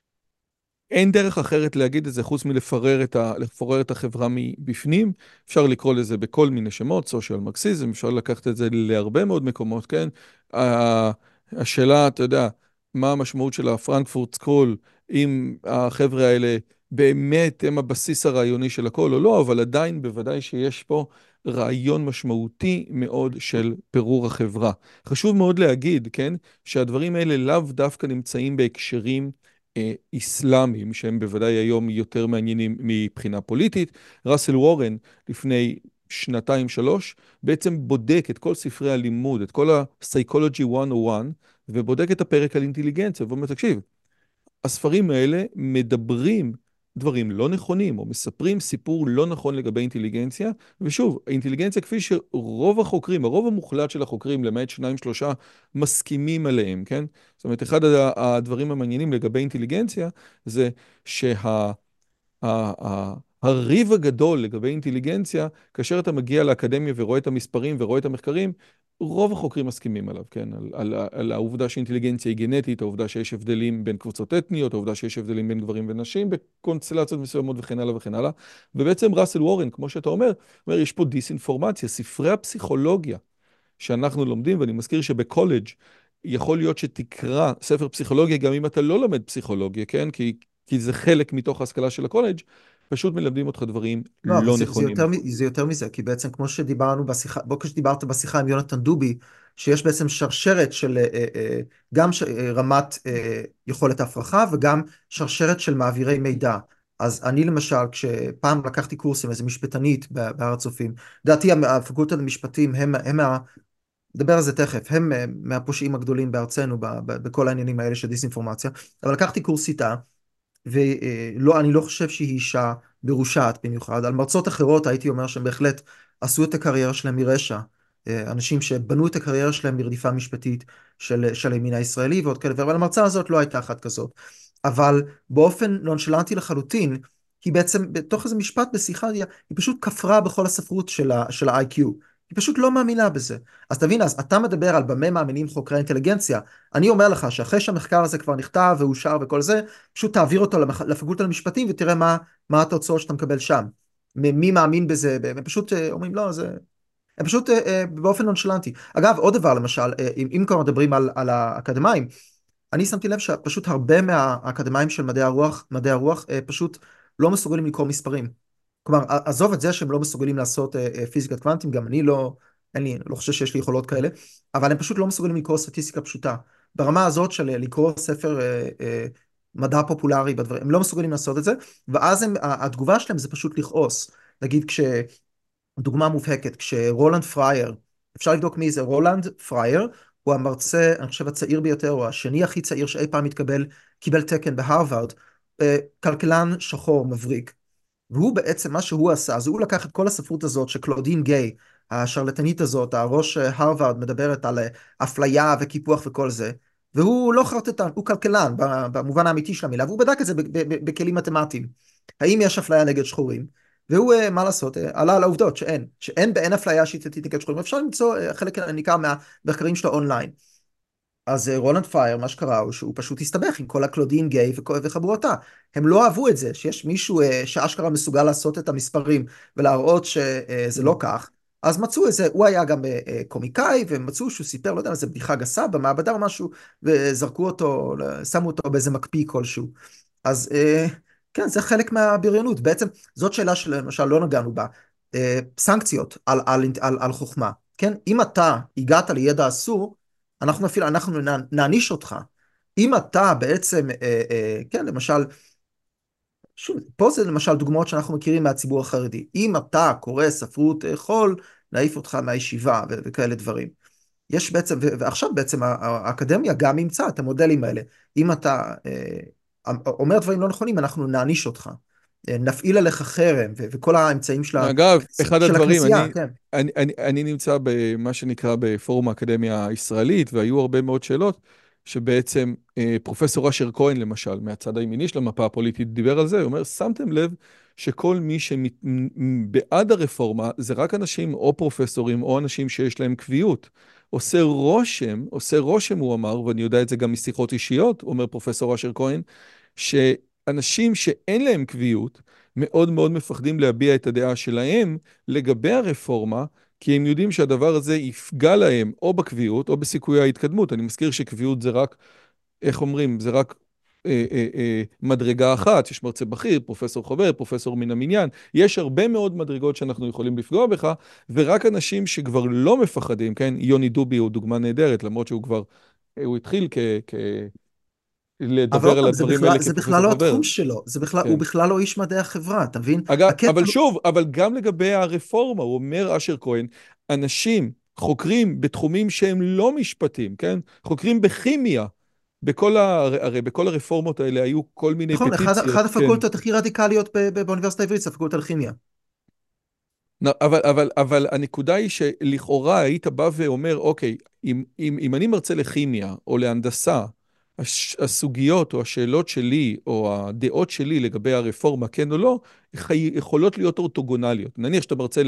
אין דרך אחרת להגיד את זה חוץ מלפורר את ה, לפורר את החברה מבפנים. אפשר לקרוא לזה בכל מיני שמות, סושיאל מרקסיזם, אפשר לקחת את זה להרבה מאוד מקומות, כן? ה- השאלה, אתה יודע, מה המשמעות של הפרנקפורט סקול, אם החבר'ה האלה באמת הם הבסיס הרעיוני של הכל או לא, אבל עדיין בוודאי שיש פה רעיון משמעותי מאוד של פירור החברה. חשוב מאוד להגיד, כן, שהדברים האלה לאו דווקא נמצאים בהקשרים איסלאמים, שהם בוודאי היום יותר מעניינים מבחינה פוליטית. ראסל וורן לפני שנתיים שלוש בעצם בודק את כל ספרי הלימוד, את כל ה-Psychology מאה ואחת, ובודק את הפרק על אינטליגנציה, ואומר, תקשיב, הספרים האלה מדברים דברים לא נכונים, או מספרים סיפור לא נכון לגבי אינטליגנציה, ושוב, האינטליגנציה כפי שרוב החוקרים, הרוב המוחלט של החוקרים, למעט שניים שלושה, מסכימים עליהם, כן? זאת אומרת, אחד הדברים המעניינים לגבי אינטליגנציה, זה שה... ה- ה- הריב הגדול לגבי אינטליגנציה, כאשר אתה מגיע לאקדמיה ורואה את המספרים ורואה את המחקרים, רוב החוקרים מסכימים עליו, כן? על, על, על העובדה שאינטליגנציה היא גנטית, העובדה שיש הבדלים בין קבוצות אתניות, העובדה שיש הבדלים בין גברים ונשים בקונסטלציות מסוימות וכן הלאה וכן הלאה. ובעצם ראסל וורן, כמו שאתה אומר, אומר, יש פה דיסאינפורמציה, ספרי הפסיכולוגיה שאנחנו לומדים, ואני מזכיר שבקולג' יכול להיות שתקרא ספר פסיכולוגיה גם אם אתה לא לומד פסיכולוגיה, כן? כי, כי זה חלק מתוך ההשכלה של הקולג', פשוט מלמדים אותך דברים לא, אבל לא זה, זה, נכונים. יותר, מ- זה יותר מזה, כי בעצם כמו שדיברנו בשיחה, בוא כשדיברת בשיחה עם יונתן דובי, שיש בעצם שרשרת של אה, אה, אה, גם ש, אה, רמת אה, יכולת ההפרחה וגם שרשרת של מעבירי מידע. אז אני למשל, כשפעם לקחתי קורס עם איזה משפטנית ב- בהר הצופים, לדעתי המ- הפקולטה למשפטים הם, הם מה, נדבר על זה תכף, הם אה, מהפושעים הגדולים בארצנו ב, ב, בכל העניינים האלה של דיסאינפורמציה, אבל לקחתי קורס איתה, ולא, אני לא חושב שהיא אישה מרושעת במיוחד. על מרצות אחרות הייתי אומר שהם בהחלט עשו את הקריירה שלהם מרשע. אה, אנשים שבנו את הקריירה שלהם מרדיפה משפטית של, של הימין הישראלי ועוד כאלה, אבל המרצה הזאת לא הייתה אחת כזאת. אבל באופן נונשלנטי לחלוטין, היא בעצם, בתוך איזה משפט בשיחה, היא היא פשוט כפרה בכל הספרות של ה- של ה-איי קיו. היא פשוט לא מאמינה בזה. אז תבין, אז אתה מדבר על במה מאמינים חוקרי אינטליגנציה. אני אומר לך שאחרי שהמחקר הזה כבר נכתב ואושר וכל זה, פשוט תעביר אותו למח... לפקולטה למשפטים ותראה מה, מה התוצאות שאתה מקבל שם. מ- מי מאמין בזה, הם פשוט אה, אומרים לא, זה... הם פשוט אה, אה, באופן נונשלנטי. אגב, עוד דבר למשל, אה, אם, אם כבר מדברים על, על האקדמאים, אני שמתי לב שפשוט הרבה מהאקדמאים של מדעי הרוח, מדעי הרוח אה, פשוט לא מסוגלים לקרוא מספרים. כלומר, ע- עזוב את זה שהם לא מסוגלים לעשות אה, אה, פיזיקת קוונטים, גם אני לא, אין לי, לא חושב שיש לי יכולות כאלה, אבל הם פשוט לא מסוגלים לקרוא סטטיסטיקה פשוטה. ברמה הזאת של אה, לקרוא ספר אה, אה, מדע פופולרי בדברים, הם לא מסוגלים לעשות את זה, ואז הם, התגובה שלהם זה פשוט לכעוס. נגיד כש... דוגמה מובהקת, כשרולנד פרייר, אפשר לבדוק מי זה, רולנד פרייר, הוא המרצה, אני חושב הצעיר ביותר, או השני הכי צעיר שאי פעם התקבל, קיבל תקן בהרווארד, כלכלן שחור מבריק. והוא בעצם, מה שהוא עשה, אז הוא לקח את כל הספרות הזאת שקלודין גיי, השרלטנית הזאת, הראש הרווארד מדברת על אפליה וקיפוח וכל זה, והוא לא חרטטן, הוא כלכלן במובן האמיתי של המילה, והוא בדק את זה בכלים מתמטיים. האם יש אפליה נגד שחורים? והוא, מה לעשות, עלה על העובדות שאין, שאין באין אפליה שיטתית נגד שחורים, אפשר למצוא חלק ניכר מהמחקרים שלו אונליין. אז רולנד פרייר, מה שקרה הוא שהוא פשוט הסתבך עם כל הקלודין גיי וחבורתה. הם לא אהבו את זה, שיש מישהו שאשכרה מסוגל לעשות את המספרים ולהראות שזה לא כך. אז מצאו איזה, הוא היה גם קומיקאי, ומצאו שהוא סיפר, לא יודע, איזה בדיחה גסה במעבדה או משהו, וזרקו אותו, שמו אותו באיזה מקפיא כלשהו. אז כן, זה חלק מהבריונות. בעצם זאת שאלה שלמשל לא נגענו בה. סנקציות על, על, על, על חוכמה. כן? אם אתה הגעת לידע אסור, אנחנו אפילו, אנחנו נעניש אותך. אם אתה בעצם, אה, אה, כן, למשל, שוב, פה זה למשל דוגמאות שאנחנו מכירים מהציבור החרדי. אם אתה קורא ספרות חול, נעיף אותך מהישיבה ו- וכאלה דברים. יש בעצם, ו- ועכשיו בעצם האקדמיה גם אימצה את המודלים האלה. אם אתה אה, אומר דברים לא נכונים, אנחנו נעניש אותך. נפעיל עליך חרם, ו- וכל האמצעים של, אגב, הכנס... אחד של הדברים, הכנסייה, אני, כן. אני, אני, אני נמצא במה שנקרא בפורום האקדמיה הישראלית, והיו הרבה מאוד שאלות, שבעצם אה, פרופסור אשר כהן, למשל, מהצד הימיני של המפה הפוליטית, דיבר על זה, הוא אומר, שמתם לב שכל מי שבעד הרפורמה, זה רק אנשים או פרופסורים, או אנשים שיש להם קביעות. עושה רושם, עושה רושם, הוא אמר, ואני יודע את זה גם משיחות אישיות, אומר פרופסור אשר כהן, שאנשים שאין להם קביעות, מאוד מאוד מפחדים להביע את הדעה שלהם לגבי הרפורמה, כי הם יודעים שהדבר הזה יפגע להם או בקביעות או בסיכויי ההתקדמות. אני מזכיר שקביעות זה רק, איך אומרים, זה רק אה, אה, אה, מדרגה אחת, יש מרצה בכיר, פרופסור חבר, פרופסור מן המניין, יש הרבה מאוד מדרגות שאנחנו יכולים לפגוע בך, ורק אנשים שכבר לא מפחדים, כן, יוני דובי הוא דוגמה נהדרת, למרות שהוא כבר, הוא התחיל כ... כ אבל עוד לדבר על פעם, זה הדברים בכלל, האלה זה בכלל כפרופסור לא חבר. התחום שלו, זה בכלל, הוא כן. בכלל לא איש מדעי החברה, אתה מבין? אגב, הקטע אבל לא... שוב, אבל גם לגבי הרפורמה, הוא אומר אשר כהן, אנשים חוקרים בתחומים שהם לא משפטים, כן? חוקרים בכימיה, בכל ה... הרי בכל הרפורמות האלה היו כל מיני נכון, אחד, פטיציות, אחד כן. הפקולטות הכי רדיקליות ב- ב- באוניברסיטה העברית, זה הפקולטה לכימיה. נ- אבל, אבל, אבל הנקודה היא שלכאורה היית בא ואומר, אוקיי, אם, אם, אם אני מרצה לכימיה או להנדסה, הש, הסוגיות או השאלות שלי או הדעות שלי לגבי הרפורמה, כן או לא, חי, יכולות להיות אורתוגונליות. נניח שאתה מרצה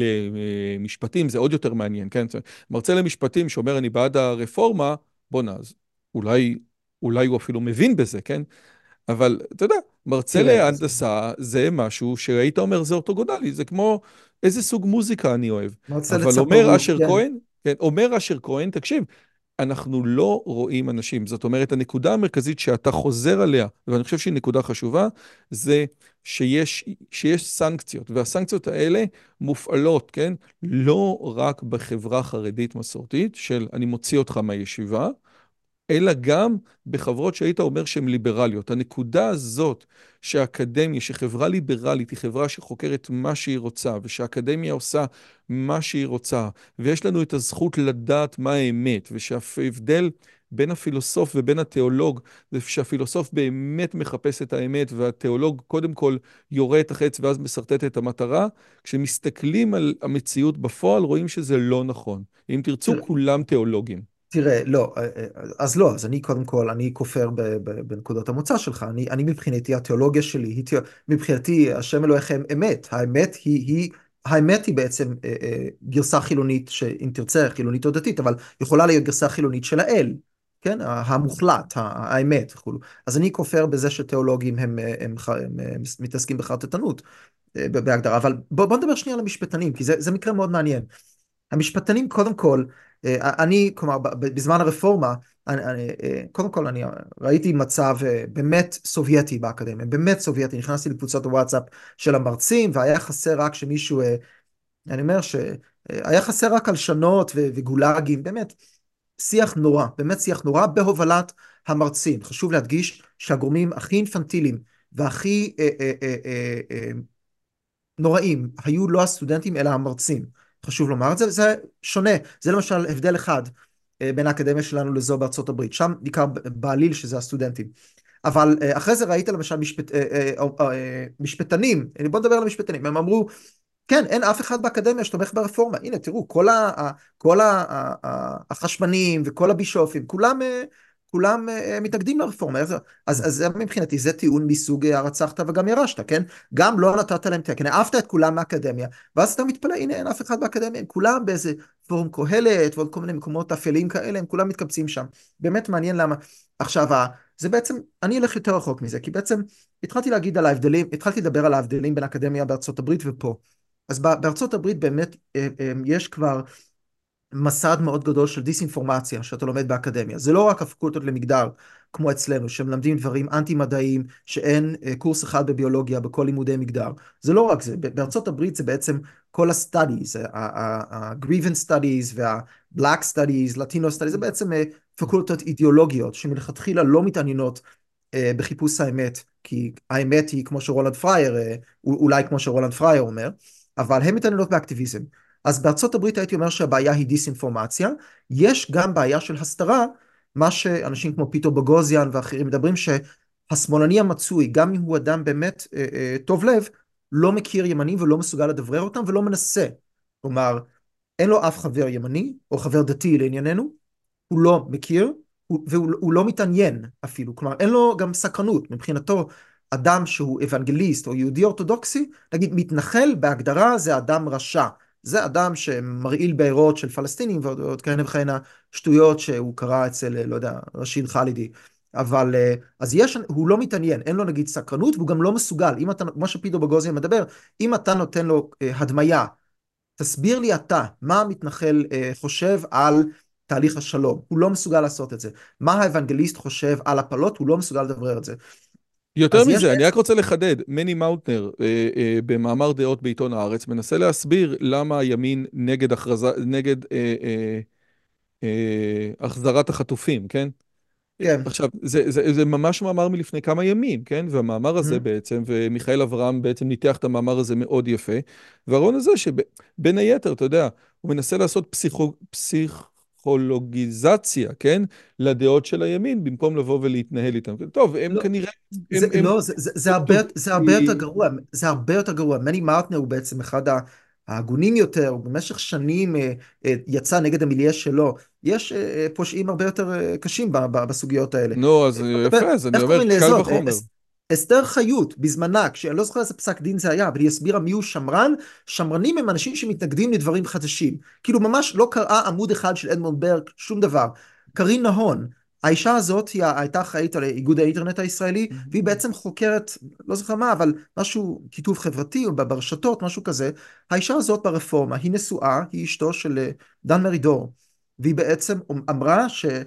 למשפטים, זה עוד יותר מעניין, כן? מרצה למשפטים שאומר, אני בעד הרפורמה, בוא נעז, אולי, אולי הוא אפילו מבין בזה, כן? אבל אתה יודע, מרצה תראה, אז להנדסה זה משהו שהיית אומר זה אורתוגונלי, זה כמו איזה סוג מוזיקה אני אוהב. מרצה אבל אומר לצפרות, אשר כן. כהן, כן, אומר אשר כהן, תקשיב, אנחנו לא רואים אנשים. זאת אומרת, הנקודה המרכזית שאתה חוזר עליה, ואני חושב שהיא נקודה חשובה, זה שיש, שיש סנקציות, והסנקציות האלה מופעלות, כן? לא רק בחברה חרדית מסורתית, של אני מוציא אותך מהישיבה, אלא גם בחברות שהיית אומר שהן ליברליות. הנקודה הזאת שהאקדמיה, שחברה ליברלית היא חברה שחוקרת מה שהיא רוצה, ושהאקדמיה עושה מה שהיא רוצה, ויש לנו את הזכות לדעת מה האמת, ושההבדל בין הפילוסוף ובין התיאולוג, זה שהפילוסוף באמת מחפש את האמת, והתיאולוג קודם כל יורה את החץ ואז מסרטט את המטרה, כשמסתכלים על המציאות בפועל רואים שזה לא נכון. אם תרצו, תראה, כולם תיאולוגים. תראה, לא, אז לא, אז אני קודם כל, אני כופר ב- ב- בנקודות המוצא שלך. אני, אני מבחינתי, התיאולוגיה שלי, היא, תיאו- מבחינתי, השם אלוהיכם אמת. האמת היא, היא, האמת היא בעצם אה, אה, גרסה חילונית, שאם תרצה, חילונית או דתית, אבל יכולה להיות גרסה חילונית של האל, כן? ה- המוחלט, ה- האמת וכו'. אז אני כופר בזה שתיאולוגים הם, הם, הם, הם, הם מתעסקים בחרטטנות, אה, בהגדרה. אבל בוא, בוא נדבר שנייה על המשפטנים, כי זה, זה מקרה מאוד מעניין. המשפטנים קודם כל, אה, אני, כלומר, בזמן הרפורמה, אני, אני, אה, קודם כל אני ראיתי מצב אה, באמת סובייטי באקדמיה, באמת סובייטי, נכנסתי לקבוצות הוואטסאפ של המרצים, והיה חסר רק שמישהו, אה, אני אומר שהיה חסר רק הלשנות ו- וגולאגים, באמת, שיח נורא, באמת שיח נורא בהובלת המרצים. חשוב להדגיש, שהגורמים הכי אינפנטיליים והכי אה, אה, אה, אה, אה, נוראים היו לא הסטודנטים אלא המרצים. חשוב לומר את זה, זה שונה. זה למשל הבדל אחד אה, בין האקדמיה שלנו לזו בארצות הברית. שם ניכר בעליל שזה הסטודנטים. אבל אה, אחרי זה ראית למשל משפט, אה, אה, אה, אה, משפטנים, בוא נדבר על המשפטנים, הם אמרו, כן, אין אף אחד באקדמיה שתומך ברפורמה. הנה, תראו, כל, ה, ה, כל ה, ה, ה, החשמנים וכל הבישופים, כולם, אה, כולם אה, מתנגדים לרפורמה. אז, אז אז זה מבחינתי, זה טיעון מסוג אה, הרצחת וגם ירשת, כן? גם לא נתת להם תקן, העפת את כולם מהאקדמיה, ואז אתה מתפלא, הנה, אין אף אחד באקדמיה, הם כולם באיזה פורום קהלת ועוד כל מיני מקומות אפלים כאלה, הם כולם מתקבצים שם. באמת מעניין למה. עכשיו, זה בעצם, אני אלך יותר רחוק מזה, כי בעצם התחלתי להגיד על ההבדלים, התחלתי לדבר על ההבדלים בין אקדמיה בארצות הברית ופה. אז בארצות הברית באמת אה, אה, יש כבר מסד מאוד גדול של דיסאינפורמציה שאתה לומד באקדמיה. זה לא רק הפקולטות למגדר, כמו אצלנו, שמלמדים דברים אנטי-מדעיים, שאין אה, קורס אחד בביולוגיה בכל לימודי מגדר. זה לא רק זה, בארצות הברית זה בעצם כל ה-studies, ה-grievance studies וה-black studies, latino studies, זה בעצם אה, פקולטות אידיאולוגיות, שמלכתחילה לא מתעניינות אה, בחיפוש האמת, כי האמת היא כמו שרולנד פרייר, אה, אולי כמו שרולנד פרייר אומר, אבל הן מתעניינות באקטיביזם. אז בארצות הברית הייתי אומר שהבעיה היא דיסאינפורמציה, יש גם בעיה של הסתרה, מה שאנשים כמו פיטר בוגוזיאן ואחרים מדברים שהשמאלני המצוי, גם אם הוא אדם באמת אה, אה, טוב לב, לא מכיר ימנים ולא מסוגל לדברר אותם ולא מנסה. כלומר, אין לו אף חבר ימני או חבר דתי לענייננו, הוא לא מכיר, והוא לא מתעניין אפילו, כלומר אין לו גם סקרנות, מבחינתו אדם שהוא אוונגליסט או יהודי אורתודוקסי, נגיד מתנחל בהגדרה זה אדם רשע, זה אדם שמרעיל בארות של פלסטינים ועוד כהנה וכהנה שטויות שהוא קרא אצל, לא יודע, רשיד חלידי, אבל אז יש, הוא לא מתעניין, אין לו נגיד סקרנות והוא גם לא מסוגל, אם אתה, כמו שפיטר בוגוזיאן מדבר, אם אתה נותן לו הדמיה, תסביר לי אתה, מה המתנחל אה, חושב על תהליך השלום. הוא לא מסוגל לעשות את זה. מה האוונגליסט חושב על הפלות, הוא לא מסוגל לדבר את זה. יותר אז יש מזה, אני בעצם... רק רוצה לחדד, מני מאוטנר, אה, אה, במאמר דעות בעיתון הארץ, מנסה להסביר למה הימין נגד הכרזה, נגד אה, אה, אה, החזרת החטופים, כן? כן. עכשיו, זה, זה, זה ממש מאמר מלפני כמה ימים, כן? והמאמר הזה בעצם, ומיכאל אברהם בעצם ניתח את המאמר הזה מאוד יפה, והרעיון הזה שבין היתר, אתה יודע, הוא מנסה לעשות פסיכו, פסיכולוגיזציה, כן? לדעות של הימין, במקום לבוא ולהתנהל איתם. טוב, הם לא, כנראה, זה, הם, הם, לא, זה, זה, זה, הם הרבה, טובים. זה הרבה יותר גרוע, זה הרבה יותר גרוע. מני מאוטנר הוא בעצם אחד ההגונים יותר, הוא במשך שנים אה, אה, יצא נגד המיליה שלו. יש אה, אה, פושעים הרבה יותר אה, קשים ב- ב- בסוגיות האלה. נו, אז אה, יפה, דבר, אז אני איך אומר, קוראים קל לזאת? אה, וחומר. אס- אסתר חיות, בזמנה, כשאני לא זוכר איזה פסק דין זה היה, אבל היא הסבירה מי הוא שמרן. שמרנים הם אנשים שמתנגדים לדברים חדשים. כאילו ממש לא קראה עמוד אחד של אדמונד ברק, שום דבר. קרין נהון, האישה הזאת היא הייתה אחראית על איגוד האינטרנט הישראלי, והיא בעצם חוקרת, לא זוכר מה, אבל משהו, כיתוב חברתי או ברשתות, משהו כזה. האישה הזאת ברפורמה, היא נשואה, היא אשתו של אה, דן מרידור, והיא בעצם אמרה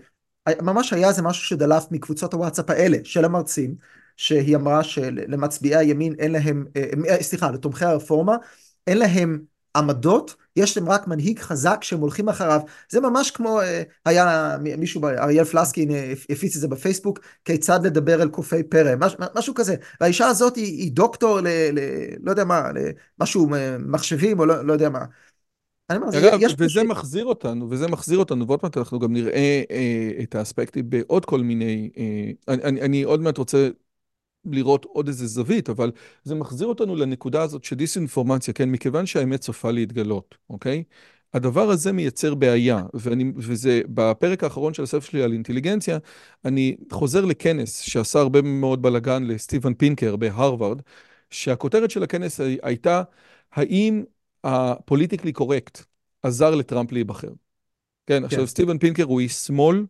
שממש היה זה משהו שדלף מקבוצות הוואטסאפ האלה של המרצים, שהיא אמרה שלמצביעי הימין אין להם, אה, אה, סליחה, לתומכי הרפורמה, אין להם עמדות, יש להם רק מנהיג חזק שהם הולכים אחריו. זה ממש כמו, היה מישהו, אריאל פלסקין הפיץ את זה בפייסבוק, כיצד לדבר אל קופי פרא, מש, משהו כזה. והאישה הזאת היא, היא דוקטור ל, ל, לא יודע מה, למשהו מחשבים או לא, לא יודע מה. אני אומר, אגב, יש פה ש... וזה מחזיר אותנו, וזה מחזיר אותנו, ועוד מעט אנחנו גם נראה אה, את האספקטים בעוד כל מיני, אה, אני, אני, אני עוד מעט רוצה לראות עוד איזה זווית, אבל זה מחזיר אותנו לנקודה הזאת שדיסאינפורמציה, כן, מכיוון שהאמת סופה להתגלות, אוקיי? הדבר הזה מייצר בעיה, ואני, וזה בפרק האחרון של הספר שלי על אינטליגנציה, אני חוזר לכנס שעשה הרבה מאוד בלגן לסטיבן פינקר בהרווארד, שהכותרת של הכנס הייתה, האם הפוליטיקלי קורקט עזר לטראמפ להיבחר? כן, כן. עכשיו סטיבן פינקר הוא איש שמאל,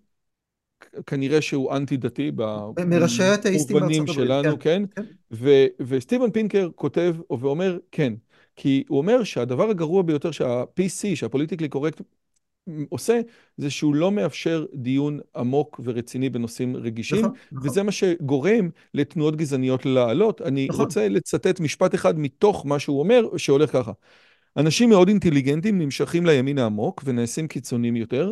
כנראה שהוא אנטי דתי מראשי האתאיסטים במובנים בארצות הברית, כן. שלנו, כן? כן. ו- וסטיבן פינקר כותב ואומר כן, כי הוא אומר שהדבר הגרוע ביותר שה-פי סי, שהפוליטיקלי קורקט עושה, זה שהוא לא מאפשר דיון עמוק ורציני בנושאים רגישים, נכון, נכון, וזה מה שגורם לתנועות גזעניות לעלות. אני נכון. רוצה לצטט משפט אחד מתוך מה שהוא אומר, שהולך ככה. אנשים מאוד אינטליגנטים נמשכים לימין העמוק ונעשים קיצוניים יותר,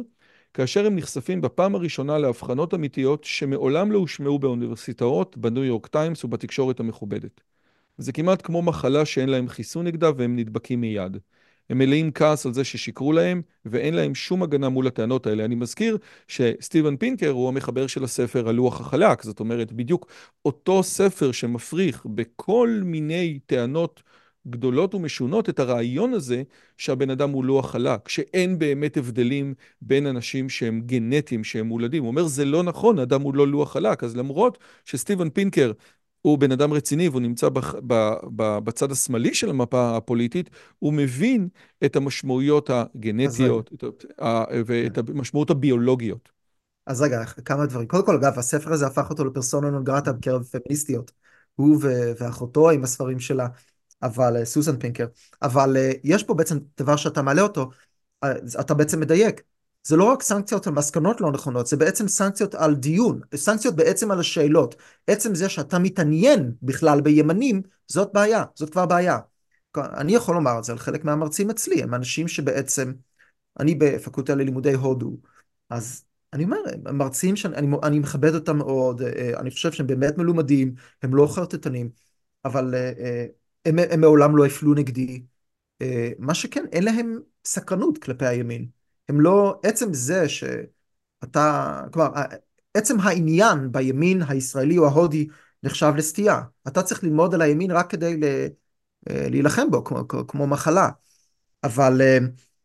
כאשר הם נחשפים בפעם הראשונה להבחנות אמיתיות שמעולם לא הושמעו באוניברסיטאות, בניו יורק טיימס ובתקשורת המכובדת. זה כמעט כמו מחלה שאין להם חיסון נגדה והם נדבקים מיד. הם מלאים כעס על זה ששיקרו להם, ואין להם שום הגנה מול הטענות האלה. אני מזכיר שסטיבן פינקר הוא המחבר של הספר הלוח החלק, זאת אומרת, בדיוק אותו ספר שמפריך בכל מיני טענות גדולות ומשונות את הרעיון הזה שהבן אדם הוא לוח חלק, שאין באמת הבדלים בין אנשים שהם גנטיים, שהם מולדים. הוא אומר, זה לא נכון, האדם הוא לא לוח חלק, אז למרות שסטיבן פינקר הוא בן אדם רציני והוא נמצא בח, ב, ב, בצד השמאלי של המפה הפוליטית, הוא מבין את המשמעויות אז רגע. הגנטיות את, ה, ואת המשמעות הביולוגיות. אז רגע, כמה דברים. קודם כל, אגב, הספר הזה הפך אותו לפרסונה נון גרטה בקרב פמיניסטיות. הוא ו- ואחותו עם הספרים שלה, אבל, אה, סוזן פינקר. אבל אה, יש פה בעצם דבר שאתה מעלה אותו, אה, אתה בעצם מדייק. זה לא רק סנקציות על מסקנות לא נכונות, זה בעצם סנקציות על דיון, סנקציות בעצם על השאלות. עצם זה שאתה מתעניין בכלל בימנים, זאת בעיה, זאת כבר בעיה. אני יכול לומר את זה על חלק מהמרצים אצלי, הם אנשים שבעצם, אני בפקולטה ללימודי הודו, אז אני אומר, מרצים שאני אני מכבד אותם מאוד, אה, אני חושב שהם באמת מלומדים, הם לא חרטטנים, אבל אה, אה, הם, הם מעולם לא הפלו נגדי. אה, מה שכן, אין להם סקרנות כלפי הימין. הם לא, עצם זה שאתה, כלומר, ה- עצם העניין בימין הישראלי או ההודי נחשב לסטייה. אתה צריך ללמוד על הימין רק כדי ל, אה, להילחם בו, כמו, כמו מחלה. אבל אה,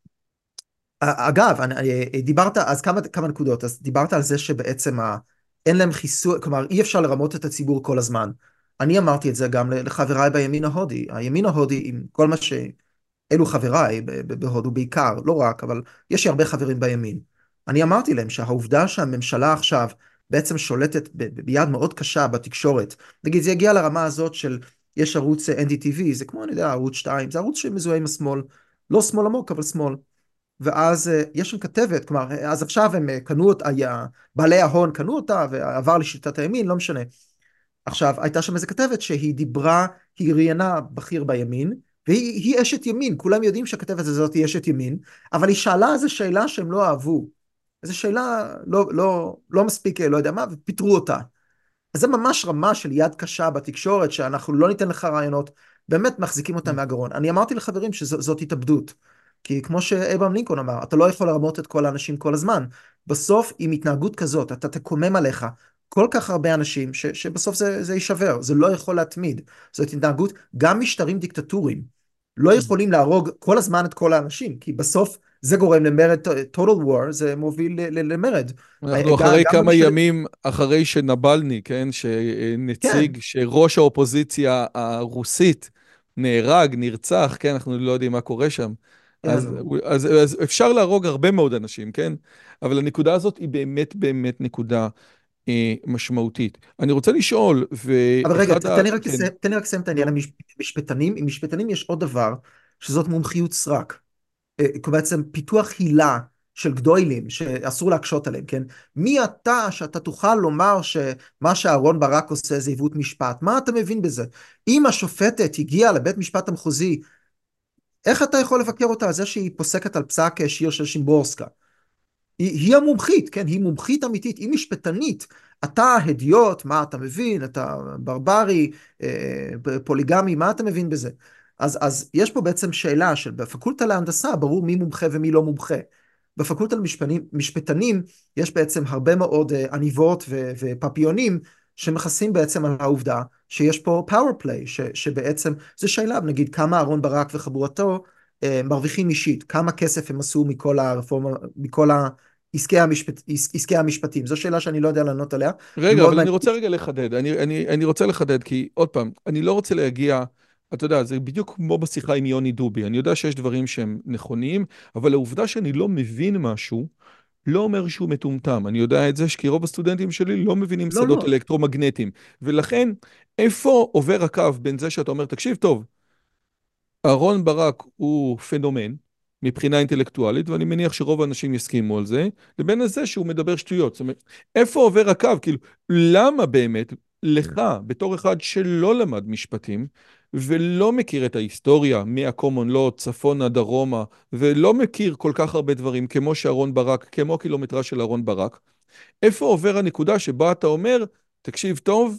אגב, אני, אני- דיברת, אז כמה, כמה נקודות, אז דיברת על זה שבעצם ה, אין להם חיסון, כלומר אי אפשר לרמות את הציבור כל הזמן. אני אמרתי את זה גם לחבריי בימין ההודי. הימין ההודי עם כל מה ש... אלו חבריי ב- ב- בהודו בעיקר, לא רק, אבל יש לי הרבה חברים בימין. אני אמרתי להם שהעובדה שהממשלה עכשיו בעצם שולטת ב- ב- ביד מאוד קשה בתקשורת, נגיד זה יגיע לרמה הזאת של, יש ערוץ אן די טי וי, זה כמו אני יודע, ערוץ שתיים, זה ערוץ שמזוהה עם השמאל, לא שמאל עמוק, אבל שמאל. ואז אה, יש שם כתבת, כלומר, אז עכשיו הם אה, קנו אותה, היה- בעלי ההון קנו אותה, ועבר לשיטת הימין, לא משנה. עכשיו, הייתה שם איזה כתבת שהיא דיברה, היא ראיינה בכיר בימין, והיא היא אשת ימין, כולם יודעים שהכתבת הזאת היא אשת ימין, אבל היא שאלה איזו שאלה שהם לא אהבו. איזו שאלה לא, לא, לא מספיק, לא יודע מה, ופיטרו אותה. אז זה ממש רמה של יד קשה בתקשורת, שאנחנו לא ניתן לך רעיונות, באמת מחזיקים אותם מהגרון. אני אמרתי לחברים שזאת התאבדות, כי כמו שאברהם לינקולן אמר, אתה לא יכול לרמות את כל האנשים כל הזמן. בסוף, עם התנהגות כזאת, אתה תקומם עליך כל כך הרבה אנשים, ש, שבסוף זה, זה יישבר, זה לא יכול להתמיד. זאת התנהגות, גם משטרים דיקטטוריים לא יכולים להרוג כל הזמן את כל האנשים, כי בסוף זה גורם למרד, total war, זה מוביל ל- ל- למרד. אנחנו גם אחרי גם כמה במשטרים, ימים, אחרי שנבלני, כן, כן, שנציג, שראש האופוזיציה הרוסית נהרג, נרצח, כן, אנחנו לא יודעים מה קורה שם. כן. אז, אז, אז אפשר להרוג הרבה מאוד אנשים, כן? אבל הנקודה הזאת היא באמת באמת נקודה אה, משמעותית. אני רוצה לשאול, אבל רגע, ואחד ה... תן לי רק כן, לסיים, תן לי רק לסיים את העניין נו. המשפטנים. עם משפטנים יש עוד דבר, שזאת מומחיות סרק. אה, בעצם פיתוח הילה של גדוילים, שאסור להקשות עליהם, כן? מי אתה שאתה תוכל לומר שמה שאהרון ברק עושה זה עיוות משפט? מה אתה מבין בזה? אם השופטת הגיעה לבית משפט המחוזי, איך אתה יכול לבקר אותה על זה שהיא פוסקת על פסק שיר של שימבורסקה? היא, היא המומחית, כן? היא מומחית אמיתית, היא משפטנית. אתה הדיוט, מה אתה מבין? אתה ברברי, אה, פוליגמי, מה אתה מבין בזה? אז, אז יש פה בעצם שאלה של בפקולטה להנדסה ברור מי מומחה ומי לא מומחה. בפקולטה למשפטנים יש בעצם הרבה מאוד אה, עניבות ו- ופפיונים שמכסים בעצם על העובדה שיש פה power play, ש, שבעצם, זו שאלה, נגיד כמה אהרון ברק וחבורתו אה, מרוויחים אישית, כמה כסף הם עשו מכל הרפורמה, מכל עסקי, המשפט, עסקי המשפטים. זו שאלה שאני לא יודע לענות עליה. רגע, ומאוד אבל אני מעניין. רוצה רגע לחדד. אני, אני, אני רוצה לחדד, כי עוד פעם, אני לא רוצה להגיע, אתה יודע, זה בדיוק כמו בשיחה עם יוני דובי. אני יודע שיש דברים שהם נכונים, אבל העובדה שאני לא מבין משהו, לא אומר שהוא מטומטם. אני יודע את זה כי רוב הסטודנטים שלי לא מבינים לא, שדות לא. אלקטרומגנטיים. ולכן, איפה עובר הקו בין זה שאתה אומר, תקשיב טוב, אהרון ברק הוא פנומן מבחינה אינטלקטואלית, ואני מניח שרוב האנשים יסכימו על זה, לבין זה שהוא מדבר שטויות. זאת אומרת, איפה עובר הקו? כאילו, למה באמת, לך, בתור אחד שלא למד משפטים, ולא מכיר את ההיסטוריה מהקומון לו, צפונה, דרומה, ולא מכיר כל כך הרבה דברים, כמו שאהרון ברק, כמו קילומטרה של אהרון ברק, איפה עובר הנקודה שבה אתה אומר, תקשיב טוב,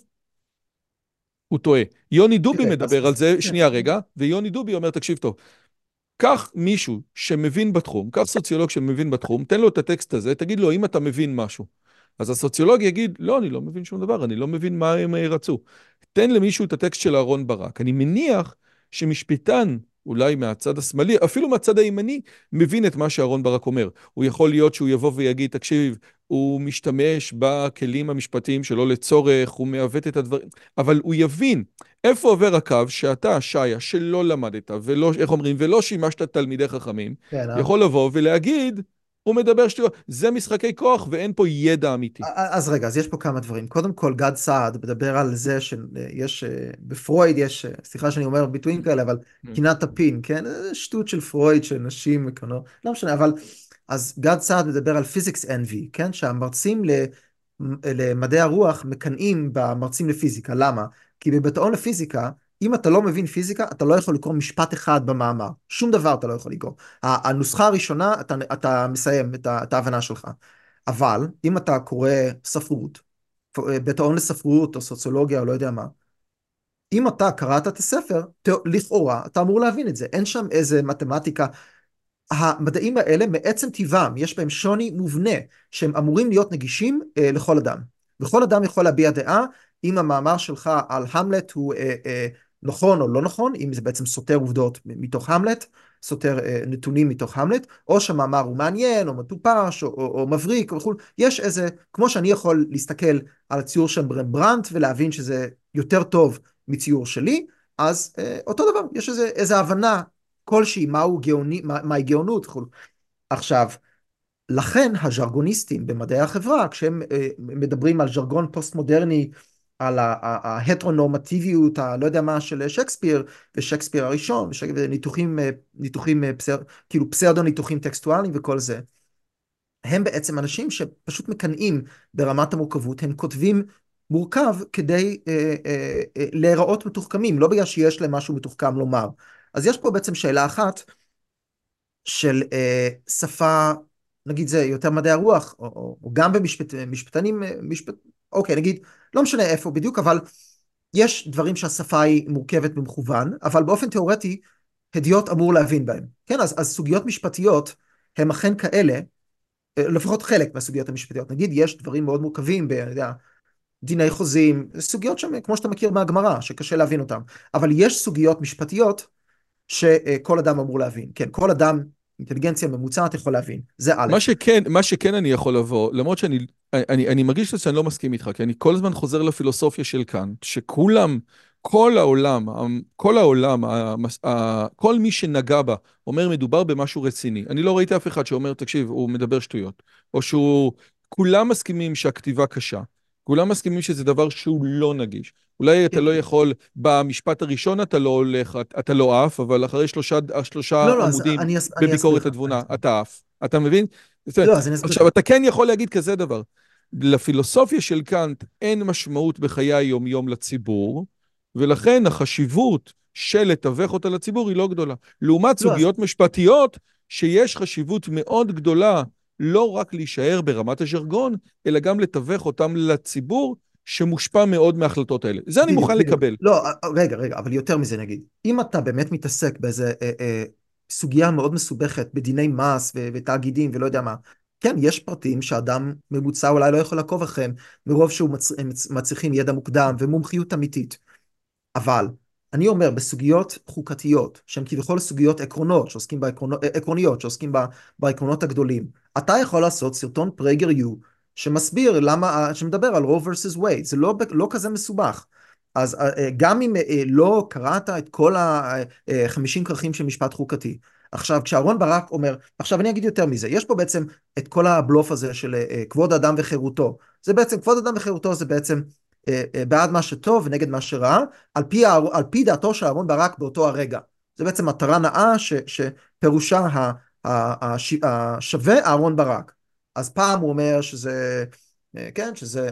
הוא טועה. יוני דובי תראה, אז, מדבר על אז, זה, כן. שנייה רגע, ויוני דובי אומר, תקשיב טוב, קח מישהו שמבין בתחום, קח סוציולוג שמבין בתחום, תן לו את הטקסט הזה, תגיד לו, אם אתה מבין משהו. אז הסוציולוג יגיד, לא, אני לא מבין שום דבר, אני לא מבין מה הם רצו. תן למישהו את הטקסט של אהרון ברק. אני מניח שמשפטן, אולי מהצד השמאלי, אפילו מהצד הימני, מבין את מה שאהרון ברק אומר. הוא יכול להיות שהוא יבוא ויגיד, תקשיב, הוא משתמש בכלים המשפטיים שלו לצורך, הוא מעוות את הדברים, אבל הוא יבין איפה עובר הקו שאתה, שיה, שלא למדת, ולא, איך אומרים, ולא שימשת תלמידי חכמים, כן, אה? יכול לבוא ולהגיד, הוא מדבר שטויות, זה משחקי כוח ואין פה ידע אמיתי. אז רגע, אז יש פה כמה דברים. קודם כל, גד סעד מדבר על זה שיש, בפרויד יש, סליחה שאני אומר ביטויים כאלה, אבל קינת הפין, כן? זה שטות של פרויד, שנשים מקנות, לא משנה, אבל אז גד סעד מדבר על פיזיקס אנבי, כן? שהמרצים למדעי הרוח מקנאים במרצים לפיזיקה. למה? כי בבטאון לפיזיקה, אם אתה לא מבין פיזיקה, אתה לא יכול לקרוא משפט אחד במאמר. שום דבר אתה לא יכול לקרוא. הנוסחה הראשונה, אתה, אתה מסיים את, את ההבנה שלך. אבל אם אתה קורא ספרות, בטאון לספרות או סוציולוגיה או לא יודע מה, אם אתה קראת את הספר, לכאורה אתה אמור להבין את זה. אין שם איזה מתמטיקה. המדעים האלה מעצם טבעם, יש בהם שוני מובנה, שהם אמורים להיות נגישים אה, לכל אדם. וכל אדם יכול להביע דעה, אם המאמר שלך על המלט הוא אה, אה, נכון או לא נכון, אם זה בעצם סותר עובדות מתוך המלט, סותר אה, נתונים מתוך המלט, או שהמאמר הוא מעניין, או מטופש, או, או, או מבריק, וכו'. יש איזה, כמו שאני יכול להסתכל על הציור של רמברנדט, ולהבין שזה יותר טוב מציור שלי, אז אה, אותו דבר, יש איזה, איזה הבנה, כלשהי, מהו גאוני, מה, מהי גאונות וכו'. עכשיו, לכן הז'רגוניסטים במדעי החברה, כשהם אה, מדברים על ז'רגון פוסט-מודרני, על ההטרונורמטיביות, הלא יודע מה, של שייקספיר, ושייקספיר הראשון, וניתוחים, ניתוחים, כאילו פסאודו-ניתוחים טקסטואליים וכל זה, הם בעצם אנשים שפשוט מקנאים ברמת המורכבות, הם כותבים מורכב כדי אה, אה, אה, להיראות מתוחכמים, לא בגלל שיש להם משהו מתוחכם לומר. אז יש פה בעצם שאלה אחת, של אה, שפה, נגיד זה יותר מדעי הרוח, או, או, או גם במשפטנים, משפט, אוקיי, נגיד, לא משנה איפה בדיוק, אבל יש דברים שהשפה היא מורכבת במכוון, אבל באופן תיאורטי, הדיוט אמור להבין בהם. כן, אז, אז סוגיות משפטיות הם אכן כאלה, לפחות חלק מהסוגיות המשפטיות. נגיד, יש דברים מאוד מורכבים, ב, אני יודע, דיני חוזים, סוגיות שם, כמו שאתה מכיר מהגמרא, שקשה להבין אותם. אבל יש סוגיות משפטיות שכל אדם אמור להבין. כן, כל אדם, אינטליגנציה ממוצעת יכול להבין. זה א'. מה שכן, מה שכן אני יכול לבוא, למרות שאני אני, אני מרגיש שאני לא מסכים איתך, כי אני כל הזמן חוזר לפילוסופיה של קאנט, שכולם, כל העולם, כל העולם, כל מי שנגע בה, אומר מדובר במשהו רציני. אני לא ראיתי אף אחד שאומר, תקשיב, הוא מדבר שטויות. או שהוא, כולם מסכימים שהכתיבה קשה. כולם מסכימים שזה דבר שהוא לא נגיש. אולי אתה לא יכול, במשפט הראשון אתה לא הולך, אתה לא עף, אבל אחרי שלושה, שלושה לא, לא, אז עמודים אני, אני אסביר בביקורת לך. התבונה, אתה עף. אתה מבין? לא, אז אני אסביר עכשיו, לך. אתה כן יכול להגיד כזה דבר. לפילוסופיה של קאנט אין משמעות בחיי היום-יום לציבור, ולכן החשיבות של לתווך אותה לציבור היא לא גדולה. לעומת לא, אז סוגיות משפטיות, שיש חשיבות מאוד גדולה, לא רק להישאר ברמת הז'רגון, אלא גם לתווך אותם לציבור, שמושפע מאוד מההחלטות האלה. זה אני בדיוק, מוכן בדיוק. לקבל. לא, רגע, רגע, אבל יותר מזה נגיד. אם אתה באמת מתעסק באיזה אה, אה, סוגיה מאוד מסובכת, בדיני מס ו- ותאגידים ולא יודע מה, כן, יש פרטים שאדם ממוצע אולי לא יכול לעקוב אחריהם, מרוב שהוא מצ... מצ... מצריכים ידע מוקדם ומומחיות אמיתית. אבל אני אומר, בסוגיות חוקתיות, שהן כביכול סוגיות עקרונות, שעוסקים בעקרונות, עקרוניות, שעוסקים ב- בעקרונות הגדולים, אתה יכול לעשות סרטון פרייגר יו, שמסביר למה, שמדבר על רו versus wade, זה לא, לא כזה מסובך. אז גם אם לא קראת את כל ה-חמישים כרכים של משפט חוקתי, עכשיו כשאהרון ברק אומר, עכשיו אני אגיד יותר מזה, יש פה בעצם את כל הבלוף הזה של כבוד האדם וחירותו, זה בעצם, כבוד האדם וחירותו זה בעצם בעד מה שטוב ונגד מה שרע, על פי, על פי דעתו של אהרון ברק באותו הרגע. זה בעצם מטרה נאה ש, שפירושה ה, ה, ה, השווה אהרון ברק. אז פעם הוא אומר שזה כן, שזה,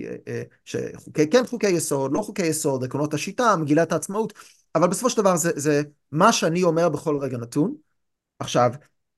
שחוקי, כן חוקי יסוד, לא חוקי יסוד, עקרונות השיטה, מגילת העצמאות, אבל בסופו של דבר זה, זה מה שאני אומר בכל רגע נתון. עכשיו,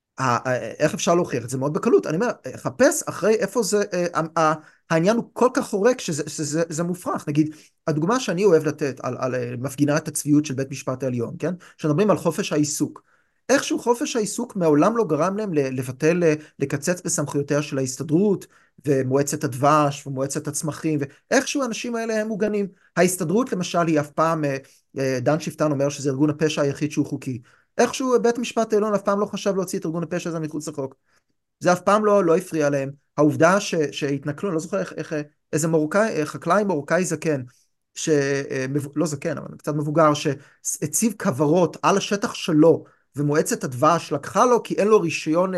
איך אפשר להוכיח את זה? מאוד בקלות. אני אומר, חפש אחרי איפה זה, העניין הוא כל כך חורק שזה, שזה, זה מופרך. נגיד, הדוגמה שאני אוהב לתת על, על מפגינה את הצביעות של בית משפט העליון, כן? שמדברים על חופש העיסוק. איכשהו חופש העיסוק מעולם לא גרם להם לבטל, לקצץ בסמכויותיה של ההסתדרות, ומועצת הדבש, ומועצת הצמחים, ואיכשהו האנשים האלה הם מוגנים. ההסתדרות למשל היא אף פעם, דן שפטן אומר שזה ארגון הפשע היחיד שהוא חוקי. איכשהו בית משפט העליון אף פעם לא חשב להוציא את ארגון הפשע הזה מחוץ לחוק. זה אף פעם לא, לא הפריע להם. העובדה ש, שהתנכלו, אני לא זוכר איך, איך איזה מרוקאי, חקלאי מרוקאי זקן, ש, לא זקן, אבל קצת מבוגר, שהציב כוורות על השטח שלו, ומועצת הדבש לקחה לו כי אין לו רישיון,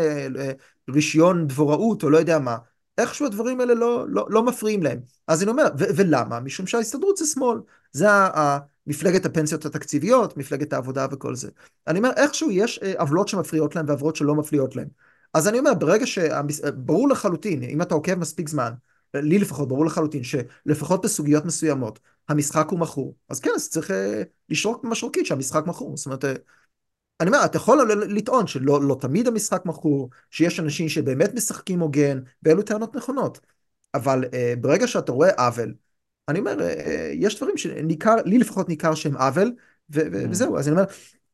רישיון דבוראות או לא יודע מה. איכשהו הדברים האלה לא, לא, לא מפריעים להם. אז אני אומר, ו- ולמה? משום שההסתדרות זה שמאל. זה ה- מפלגת הפנסיות התקציביות, מפלגת העבודה וכל זה. אני אומר, איכשהו יש עוולות שמפריעות להם ועוולות שלא מפריעות להם. אז אני אומר, ברגע שברור לחלוטין, אם אתה עוקב מספיק זמן, לי לפחות ברור לחלוטין, שלפחות בסוגיות מסוימות, המשחק הוא מכור, אז כן, אז צריך לשרוק במשרוקית שהמשחק מכור. זאת אומרת, אני אומר, אתה יכול לטעון שלא לא תמיד המשחק מכור, שיש אנשים שבאמת משחקים הוגן, ואלו טענות נכונות. אבל uh, ברגע שאתה רואה עוול, אני אומר, uh, יש דברים שניכר, לי לפחות ניכר שהם עוול, ו- ו- Mm. וזהו. אז אני אומר,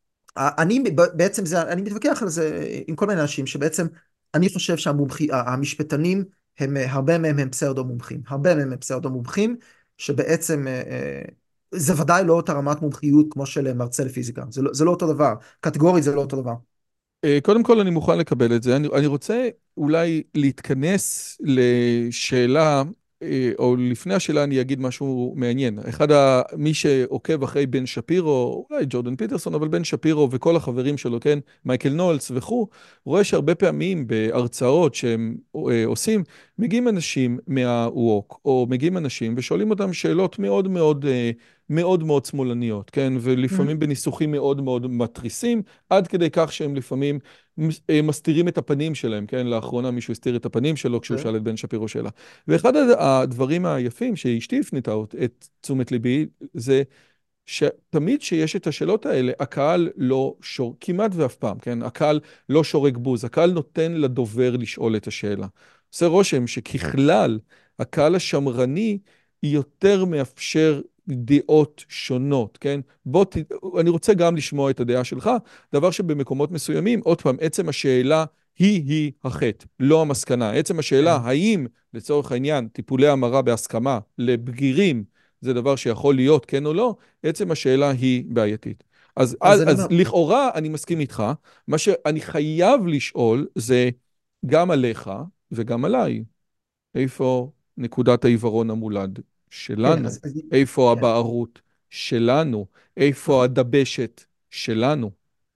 אני בעצם זה, אני מתווכח על זה עם כל מיני אנשים, שבעצם אני חושב שהמשפטנים, הם, הרבה מהם הם פסאודו מומחים, הרבה מהם הם פסאודו מומחים, שבעצם uh, זה ודאי לא אותה רמת מומחיות כמו של מרצה לפיזיקה, זה לא, זה לא אותו דבר, קטגורית זה לא אותו דבר. קודם כל אני מוכן לקבל את זה. אני, אני רוצה אולי להתכנס לשאלה, או לפני השאלה אני אגיד משהו מעניין. אחד, ה, מי שעוקב אחרי בן שפירו, אולי ג'ורדן פיטרסון, אבל בן שפירו וכל החברים שלו, כן, מייקל נולס וכו', רואה שהרבה פעמים בהרצאות שהם עושים, מגיעים אנשים מהווק, או מגיעים אנשים ושואלים אותם שאלות מאוד מאוד מאוד מאוד שמאלניות, כן, ולפעמים בניסוחים מאוד מאוד מתריסים, עד כדי כך שהם לפעמים מסתירים את הפנים שלהם, כן? לאחרונה מישהו הסתיר את הפנים שלו כשהוא שאל את בן שפירו שאלה. ואחד הדברים היפים שאשתי הפנתה את תשומת ליבי, זה שתמיד שיש את השאלות האלה, הקהל לא שור, כמעט ואף פעם, כן? הקהל לא שורק בוז, הקהל נותן לדובר לשאול את השאלה. עושה רושם שככלל, הקהל השמרני יותר מאפשר דעות שונות, כן? בוא, ת... אני רוצה גם לשמוע את הדעה שלך, דבר שבמקומות מסוימים, עוד פעם, עצם השאלה היא-היא החטא, לא המסקנה. עצם השאלה, האם, לצורך העניין, טיפולי המרה בהסכמה לבגירים, זה דבר שיכול להיות, כן או לא, עצם השאלה היא בעייתית. אז, אז, אז אני אז אומר, לכאורה, אני מסכים איתך, מה שאני חייב לשאול זה גם עליך וגם עליי. איפה נקודת העיוורון המולד כן, שלנו? אז, אז איפה כן, הבערות שלנו? איפה נכון. הדבשת שלנו?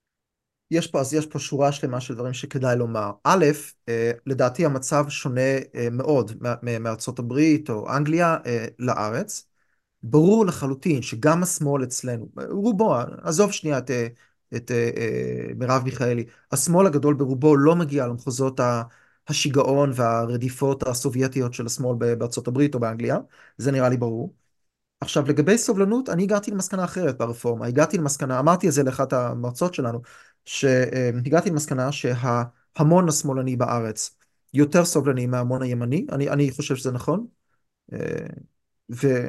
יש פה, אז יש פה שורה שלמה של דברים שכדאי לומר. א', אה, לדעתי המצב שונה אה, מאוד מארצות הברית או אנגליה אה, לארץ. ברור לחלוטין שגם השמאל אצלנו, רובו, עזוב שנייה את, אה, את אה, אה, מרב מיכאלי, השמאל הגדול ברובו לא מגיע למחוזות ה- השיגעון והרדיפות הסובייטיות של השמאל בארצות הברית או באנגליה, זה נראה לי ברור. עכשיו, לגבי סובלנות, אני הגעתי למסקנה אחרת ברפורמה. הגעתי למסקנה, אמרתי את זה לאחת המרצות שלנו, שהגעתי למסקנה שההמון השמאלני בארץ יותר סובלני מההמון הימני. אני, אני חושב שזה נכון. אה, ו...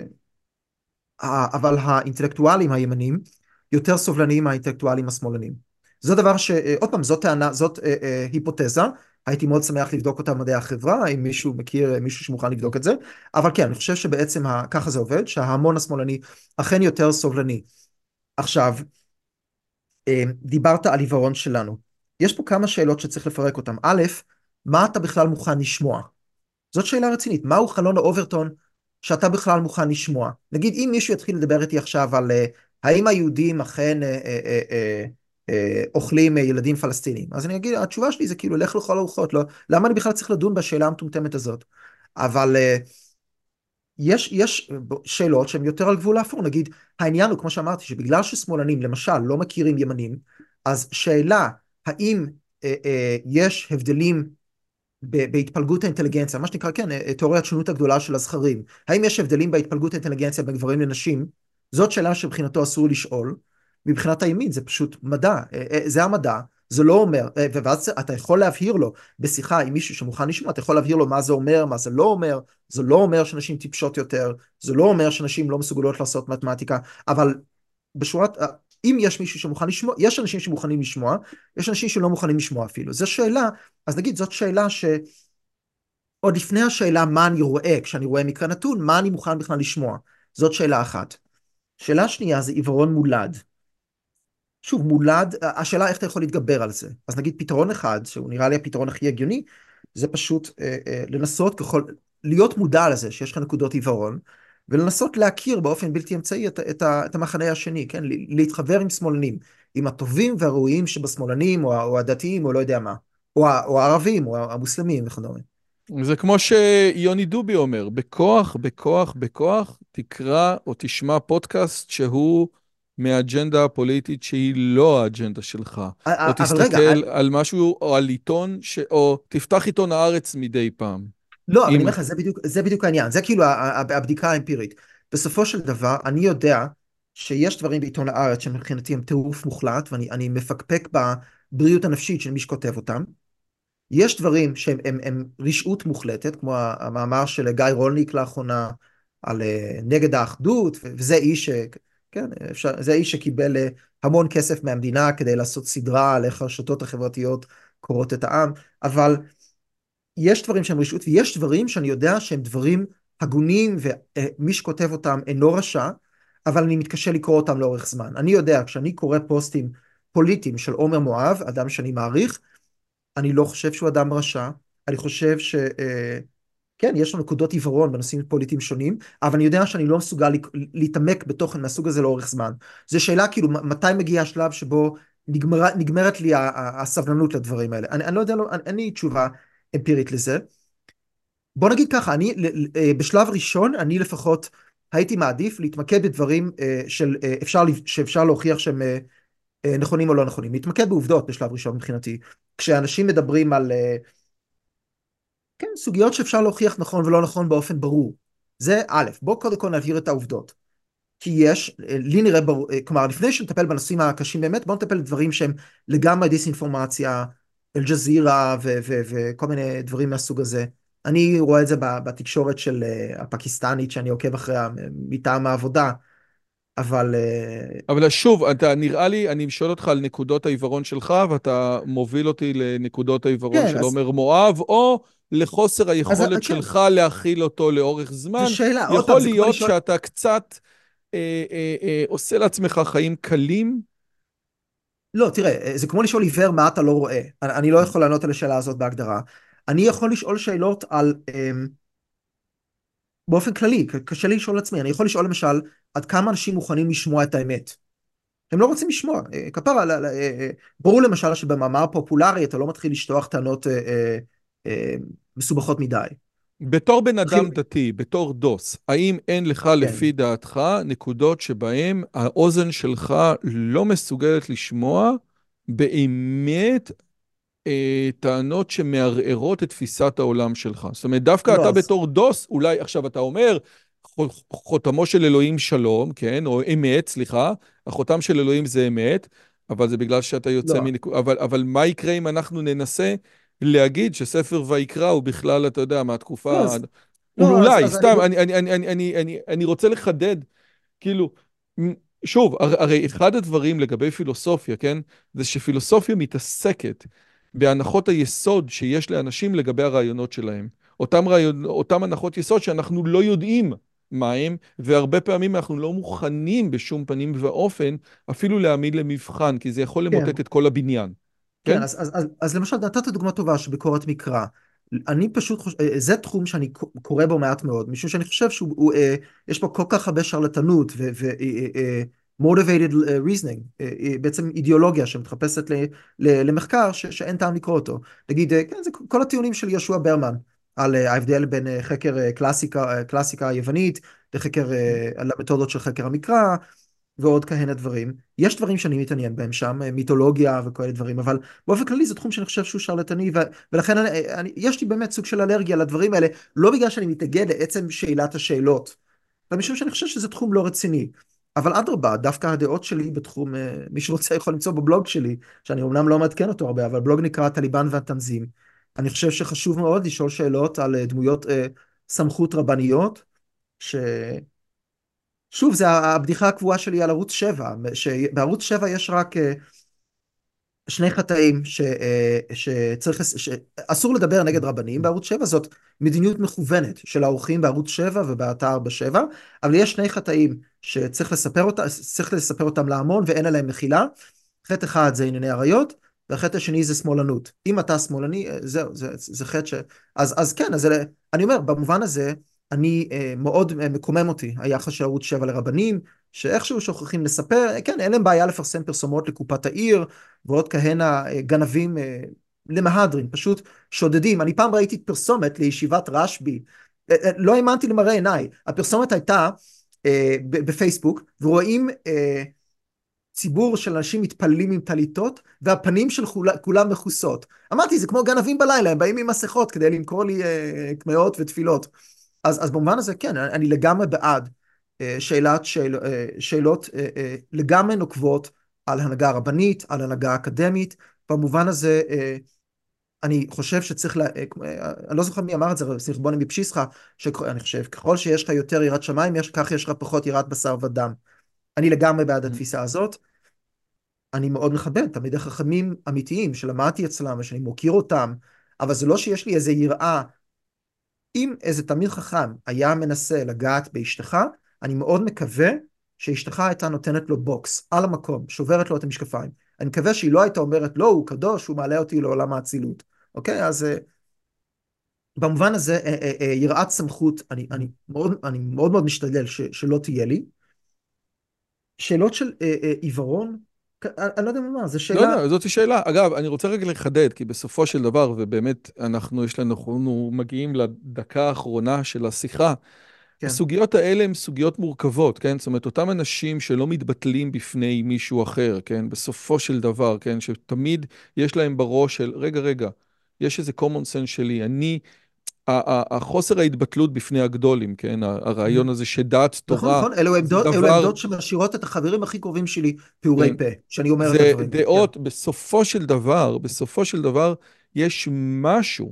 אבל האינטלקטואלים הימנים יותר סובלניים מהאינטלקטואלים השמאלנים. זה דבר ש... עוד פעם, זאת טענה, זאת אה, אה, היפותזה. הייתי מאוד שמח לבדוק אותה במדעי החברה, אם מישהו מכיר, מישהו שמוכן לבדוק את זה. אבל כן, אני חושב שבעצם ה... ככה זה עובד, שההמון השמאלני אכן יותר סובלני. עכשיו, אה, דיברת על עיוורון שלנו. יש פה כמה שאלות שצריך לפרק אותן. א', מה אתה בכלל מוכן לשמוע? זאת שאלה רצינית. מהו חלון האוברטון שאתה בכלל מוכן לשמוע? נגיד, אם מישהו יתחיל לדבר איתי עכשיו על uh, האם היהודים אכן uh, uh, uh, uh, uh, אוכלים uh, ילדים פלסטינים, אז אני אגיד, התשובה שלי זה כאילו, לך לכל ארוחות, לא? למה אני בכלל צריך לדון בשאלה המטומטמת הזאת? אבל uh, יש, יש שאלות שהן יותר על גבול האפור. נגיד, העניין הוא, כמו שאמרתי, שבגלל ששמאלנים, למשל, לא מכירים ימנים, אז שאלה, האם uh, uh, יש הבדלים בהתפלגות האינטליגנציה, מה שנקרא, כן, תיאוריית שונות הגדולה של הזכרים. האם יש הבדלים בהתפלגות האינטליגנציה בין גברים לנשים? זאת שאלה שמבחינתו אסור לשאול. מבחינת הימין זה פשוט מדע, זה המדע, זה לא אומר, ואז אתה יכול להבהיר לו בשיחה עם מישהו שמוכן לשמוע, אתה יכול להבהיר לו מה זה אומר, מה זה לא אומר, זה לא אומר שנשים טיפשות יותר, זה לא אומר שנשים לא מסוגלות לעשות מתמטיקה, אבל בשורת, אם יש מישהו שמוכן לשמוע, יש אנשים שמוכנים לשמוע, יש אנשים שלא מוכנים לשמוע אפילו. זו שאלה, אז נגיד, זאת שאלה שעוד לפני השאלה מה אני רואה, כשאני רואה מקרה נתון, מה אני מוכן בכלל לשמוע. זאת שאלה אחת. שאלה שנייה זה עיוורון מולד. שוב, מולד, השאלה איך אתה יכול להתגבר על זה. אז נגיד פתרון אחד, שהוא נראה לי הפתרון הכי הגיוני, זה פשוט אה, אה, לנסות ככל, להיות מודע לזה שיש לך נקודות עיוורון, ולנסות להכיר באופן בלתי אמצעי את, את, את המחנה השני, כן? להתחבר עם שמאלנים, עם הטובים והראויים שבשמאלנים, או, או הדתיים, או לא יודע מה, או, או הערבים, או המוסלמים וכדומה. זה כמו שיוני דובי אומר, בכוח, בכוח, בכוח, תקרא או תשמע פודקאסט שהוא מהאג'נדה הפוליטית שהיא לא האג'נדה שלך. או אבל רגע, תסתכל על משהו, או על עיתון, ש... או תפתח עיתון הארץ מדי פעם. לא, אבל אני אם... אומר לך, זה בדיוק, זה בדיוק העניין, זה כאילו הבדיקה האמפירית. בסופו של דבר, אני יודע שיש דברים בעיתון הארץ שמבחינתי הם טירוף מוחלט, ואני אני מפקפק בבריאות הנפשית של מי שכותב אותם. יש דברים שהם הם, הם רשעות מוחלטת, כמו המאמר של גיא רולניק לאחרונה, על uh, נגד האחדות, וזה איש, כן, אפשר, זה איש שקיבל uh, המון כסף מהמדינה כדי לעשות סדרה על איך הרשתות החברתיות קורות את העם, אבל יש דברים שהם רשעות, ויש דברים שאני יודע שהם דברים הגונים, ומי שכותב אותם אינו רשע, אבל אני מתקשה לקרוא אותם לאורך זמן. אני יודע, כשאני קורא פוסטים פוליטיים של עומר מואב, אדם שאני מעריך, אני לא חושב שהוא אדם רשע, אני חושב ש... כן, יש לו נקודות עיוורון בנושאים פוליטיים שונים, אבל אני יודע שאני לא מסוגל להתעמק בתוכן מהסוג הזה לאורך זמן. זו שאלה כאילו, מתי מגיע השלב שבו נגמר, נגמרת לי הסבלנות לדברים האלה? אני, אני לא יודע, לא, אין לי תשובה אמפירית לזה. בוא נגיד ככה, אני בשלב ראשון, אני לפחות הייתי מעדיף להתמקד בדברים של, אפשר, שאפשר להוכיח שהם נכונים או לא נכונים. להתמקד בעובדות בשלב ראשון מבחינתי. כשאנשים מדברים על, כן, סוגיות שאפשר להוכיח נכון ולא נכון באופן ברור. זה א', בוא קודם כל נבהיר את העובדות. כי יש, לי נראה ברור, כלומר, לפני שנטפל בנושאים הקשים באמת, בוא נטפל בדברים שהם לגמרי דיסאינפורמציה, אל-ג'זירה וכל מיני דברים מהסוג הזה. אני רואה את זה בתקשורת של הפקיסטנית, שאני עוקב אחריה מטעם העבודה, אבל... אבל שוב, אתה נראה לי, אני משאול אותך על נקודות העיוורון שלך, ואתה מוביל אותי לנקודות העיוורון כן, של אז... עומר מואב, או לחוסר אז היכולת כן, שלך להכיל אותו לאורך זו זמן. שאלה, עוד פעם, יכול זה כמו להיות לשאול... שאתה קצת אה, אה, אה, עושה לעצמך חיים קלים. לא, תראה, זה כמו לשאול עיוור מה אתה לא רואה. אני, אני לא יכול לענות על השאלה הזאת בהגדרה. אני יכול לשאול שאלות על... באופן כללי, קשה לי לשאול לעצמי, אני יכול לשאול למשל, עד כמה אנשים מוכנים לשמוע את האמת? הם לא רוצים לשמוע, כפרה, ברור למשל שבמאמר פופולרי אתה לא מתחיל לשטוח טענות מסובכות מדי. בתור בן מתחיל... אדם דתי, בתור דוס, האם אין לך כן. לפי דעתך נקודות שבהן האוזן שלך לא מסוגלת לשמוע באמת אה, טענות שמערערות את תפיסת העולם שלך? זאת אומרת, דווקא לא, אתה אז... בתור דוס, אולי עכשיו אתה אומר, חותמו של אלוהים שלום, כן, או אמת, סליחה, החותם של אלוהים זה אמת, אבל זה בגלל שאתה יוצא לא. מנקודה, אבל, אבל מה יקרה אם אנחנו ננסה להגיד שספר ויקרא הוא בכלל, אתה יודע, לא, מהתקופה... אז... לא, אז, אולי, אז אני... סתם, אני, אני, אני, אני, אני, אני, אני רוצה לחדד, כאילו, שוב, הרי אחד הדברים לגבי פילוסופיה, כן, זה שפילוסופיה מתעסקת בהנחות היסוד שיש לאנשים לגבי הרעיונות שלהם. אותם רעיון, אותם הנחות יסוד שאנחנו לא יודעים מה הם, והרבה פעמים אנחנו לא מוכנים בשום פנים ואופן אפילו להעמיד למבחן, כי זה יכול כן, למוטט את כל הבניין. כן, כן? אז, אז, אז, אז למשל, נתת דוגמה טובה של ביקורת מקרא. אני פשוט חושב, זה תחום שאני קורא בו מעט מאוד, משום שאני חושב שיש בו כל כך הרבה שרלטנות ו-motivated reasoning, בעצם אידיאולוגיה שמתחפשת למחקר שאין טעם לקרוא אותו. נגיד, כן, זה כל הטיעונים של יהושע ברמן, על ההבדל בין חקר קלאסיקה, קלאסיקה היוונית לחקר, על המתודות של חקר המקרא, ועוד כהנה דברים. יש דברים שאני מתעניין בהם שם, מיתולוגיה וכל דברים, אבל באופן כללי זה תחום שאני חושב שהוא שרלטני, ו- ולכן אני, אני, יש לי באמת סוג של אלרגיה לדברים האלה, לא בגלל שאני מתנגד לעצם שאלת השאלות, אלא משום שאני חושב שזה תחום לא רציני. אבל אדרבה, דווקא הדעות שלי בתחום, אה, מי שרוצה יכול למצוא בבלוג שלי, שאני אומנם לא מעדכן אותו הרבה, אבל בלוג נקרא טליבן והתנזים. אני חושב שחשוב מאוד לשאול שאלות על אה, דמויות אה, סמכות רבניות, ש... שוב, זה הבדיחה הקבועה שלי על ערוץ שבע, שבערוץ שבע יש רק אה, שני חטאים ש, אה, שצריך, שאסור לדבר נגד רבנים בערוץ שבע, זאת מדיניות מכוונת של האורחים בערוץ שבע ובאתר בשבע, אבל יש שני חטאים שצריך לספר אותם, צריך לספר אותם להמון ואין עליהם מחילה. חטא אחד זה ענייני עריות, והחטא השני זה שמאלנות. אם אתה שמאלני, אה, זהו, זה, זה, זה חטא ש... אז, אז כן, אז זה, אני אומר, במובן הזה, אני אה, מאוד אה, מקומם אותי, היחס של ערוץ שבע לרבנים, שאיכשהו שוכחים לספר, כן, אין להם בעיה לפרסם פרסומות לקופת העיר, ועוד כהנה אה, גנבים אה, למהדרין, פשוט שודדים. אני פעם ראיתי פרסומת לישיבת רשב"י, אה, אה, לא האמנתי למראה עיניי. הפרסומת הייתה אה, בפייסבוק, ורואים אה, ציבור של אנשים מתפללים עם טליתות, והפנים של כולה, כולם מכוסות. אמרתי, זה כמו גנבים בלילה, הם באים עם מסכות כדי למכור לי אה, קמעות ותפילות. אז, אז במובן הזה, כן, אני, אני לגמרי בעד אה, שאלת, שאל, אה, שאלות אה, אה, לגמרי נוקבות על הנהגה רבנית, על הנהגה אקדמית. במובן הזה, אה, אני חושב שצריך, לה, אה, אני לא זוכר מי אמר את זה, סרבוני מפשיסחה, שאני חושב, ככל שיש לך יותר יראת שמיים, יש, כך יש לך פחות יראת בשר ודם. אני לגמרי בעד התפיסה הזאת. אני מאוד מכבד תלמידי חכמים אמיתיים שלמדתי אצלם ושאני מוקיר אותם, אבל זה לא שיש לי איזה יראה. אם איזה תלמיד חכם היה מנסה לגעת באשתך, אני מאוד מקווה שאשתך הייתה נותנת לו בוקס על המקום, שוברת לו את המשקפיים. אני מקווה שהיא לא הייתה אומרת, לא, הוא קדוש, הוא מעלה אותי לעולם האצילות. אוקיי? אז uh, במובן הזה, uh, uh, uh, יראת סמכות, אני, אני, מאוד, אני מאוד מאוד משתדל ש, שלא תהיה לי. שאלות של uh, uh, עיוורון, אני לא יודע מה לומר, זו לא, שאלה... לא, זאת שאלה. אגב, אני רוצה רגע לחדד, כי בסופו של דבר, ובאמת אנחנו, יש לנו, אנחנו מגיעים לדקה האחרונה של השיחה, כן. הסוגיות האלה הן סוגיות מורכבות, כן? זאת אומרת, אותם אנשים שלא מתבטלים בפני מישהו אחר, כן? בסופו של דבר, כן? שתמיד יש להם בראש של, רגע, רגע, יש איזה common sense שלי, אני, ה- ה- החוסר ההתבטלות בפני הגדולים, כן? הרעיון הזה שדעת נכון, תורה נכון, אלו זה עמדות, אלו דבר, עמדות שמשאירות את החברים הכי קרובים שלי פעורי כן? פה, שאני אומר את זה הדברים. כן. דעות, בסופו של דבר, בסופו של דבר, יש משהו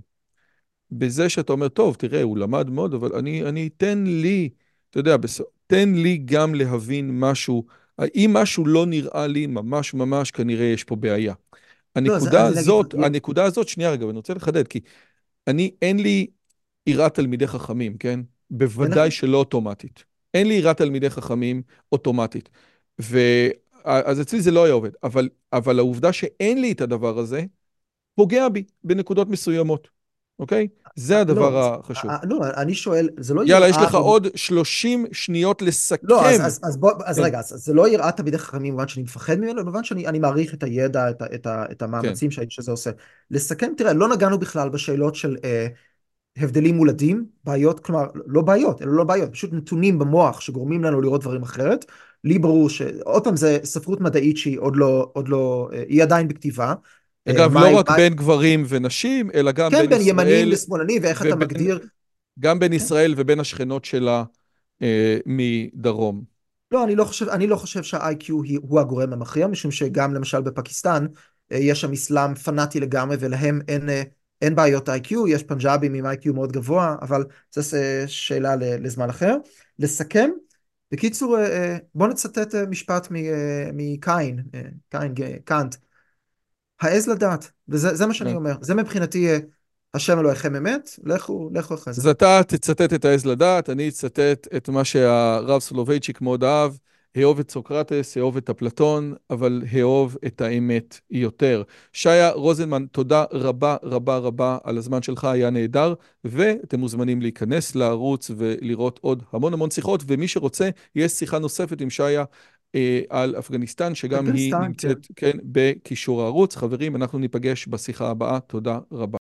בזה שאתה אומר, טוב, תראה, הוא למד מאוד, אבל אני, אני, תן לי, אתה יודע, בס... תן לי גם להבין משהו. אם משהו לא נראה לי, ממש ממש, כנראה יש פה בעיה. לא, אז הנקודה אני אגיד לך, הזאת, הנקודה הזאת, שנייה רגע, ואני רוצה לחדד, כי אני, אין לי יראת תלמידי חכמים, כן? אין לך? בוודאי שלא אוטומטית. אין לי יראת תלמידי חכמים אוטומטית. ו... אז אצלי זה לא היה עובד, אבל, אבל העובדה שאין לי את הדבר הזה, פוגע בי בנקודות מסוימות, אוקיי? זה לא, הדבר אז- החשוב. לא, אני שואל, זה לא יאללה, יש יראה... לך עוד שלושים שניות לא, אז, לסכם. אז, אז, בוא, אז כן, רגע, אז, אז זה לא יראת תלמידי חכמים במובן שאני מפחד ממנו, במובן שאני אני מעריך את הידע, את, ה, את, ה, את כן. המאמצים שהאיש הזה עושה. לסכם, תראה, לא נגענו בכלל בשאלות של אה, הבדלים מולדים, בעיות, כלומר, לא בעיות, אלא לא בעיות, פשוט נתונים במוח שגורמים לנו לראות דברים אחרת. לי ברור ש... עוד פעם, זה ספרות מדעית שהיא עוד לא, עוד לא, אה, היא עדיין בכתיבה. אה, אגב, מה, לא רק מה, בין גברים ונשים, אלא גם כן, בין בין ימנים ישראל לשמאלנים, ואיך אתה ובין, מגדיר... גם בין כן? ישראל ובין השכנות שלה אה, מדרום. לא, אני לא חושב, אני לא חושב שה-איי קיו היא, הוא הגורם המכריע, משום שגם למשל בפקיסטן, אה, יש שם אסלאם פנאטי לגמרי, ולהם אין, אה, אין בעיות איי קיו, יש פנג'אבים עם איי קיו מאוד גבוה, אבל זו אה, שאלה ל- לזמן אחר. לסכם, בקיצור, אה, אה, בוא נצטט אה, משפט מ- אה, מקין, אה, קין, ג- קאנט, העז לדעת, וזה זה מה שאני כן. אומר, זה מבחינתי אה, השם אלוהיכם אמת, לכו, לכו אחרי זה. אז אתה תצטט את העז לדעת, אני אצטט את מה שהרב סולובייצ'יק מאוד אהב, האהוב את סוקרטס, האהוב את אפלטון, אבל האהוב את האמת יותר. שיה רוזנמן, תודה רבה רבה רבה על הזמן שלך, היה נהדר, ואתם מוזמנים להיכנס לערוץ ולראות עוד המון המון שיחות, ומי שרוצה, יש שיחה נוספת עם שיה אה, על אפגניסטן, שגם היא אפגניסטן, כן. נמצאת, כן, בקישור הערוץ. חברים, אנחנו ניפגש בשיחה הבאה, תודה רבה.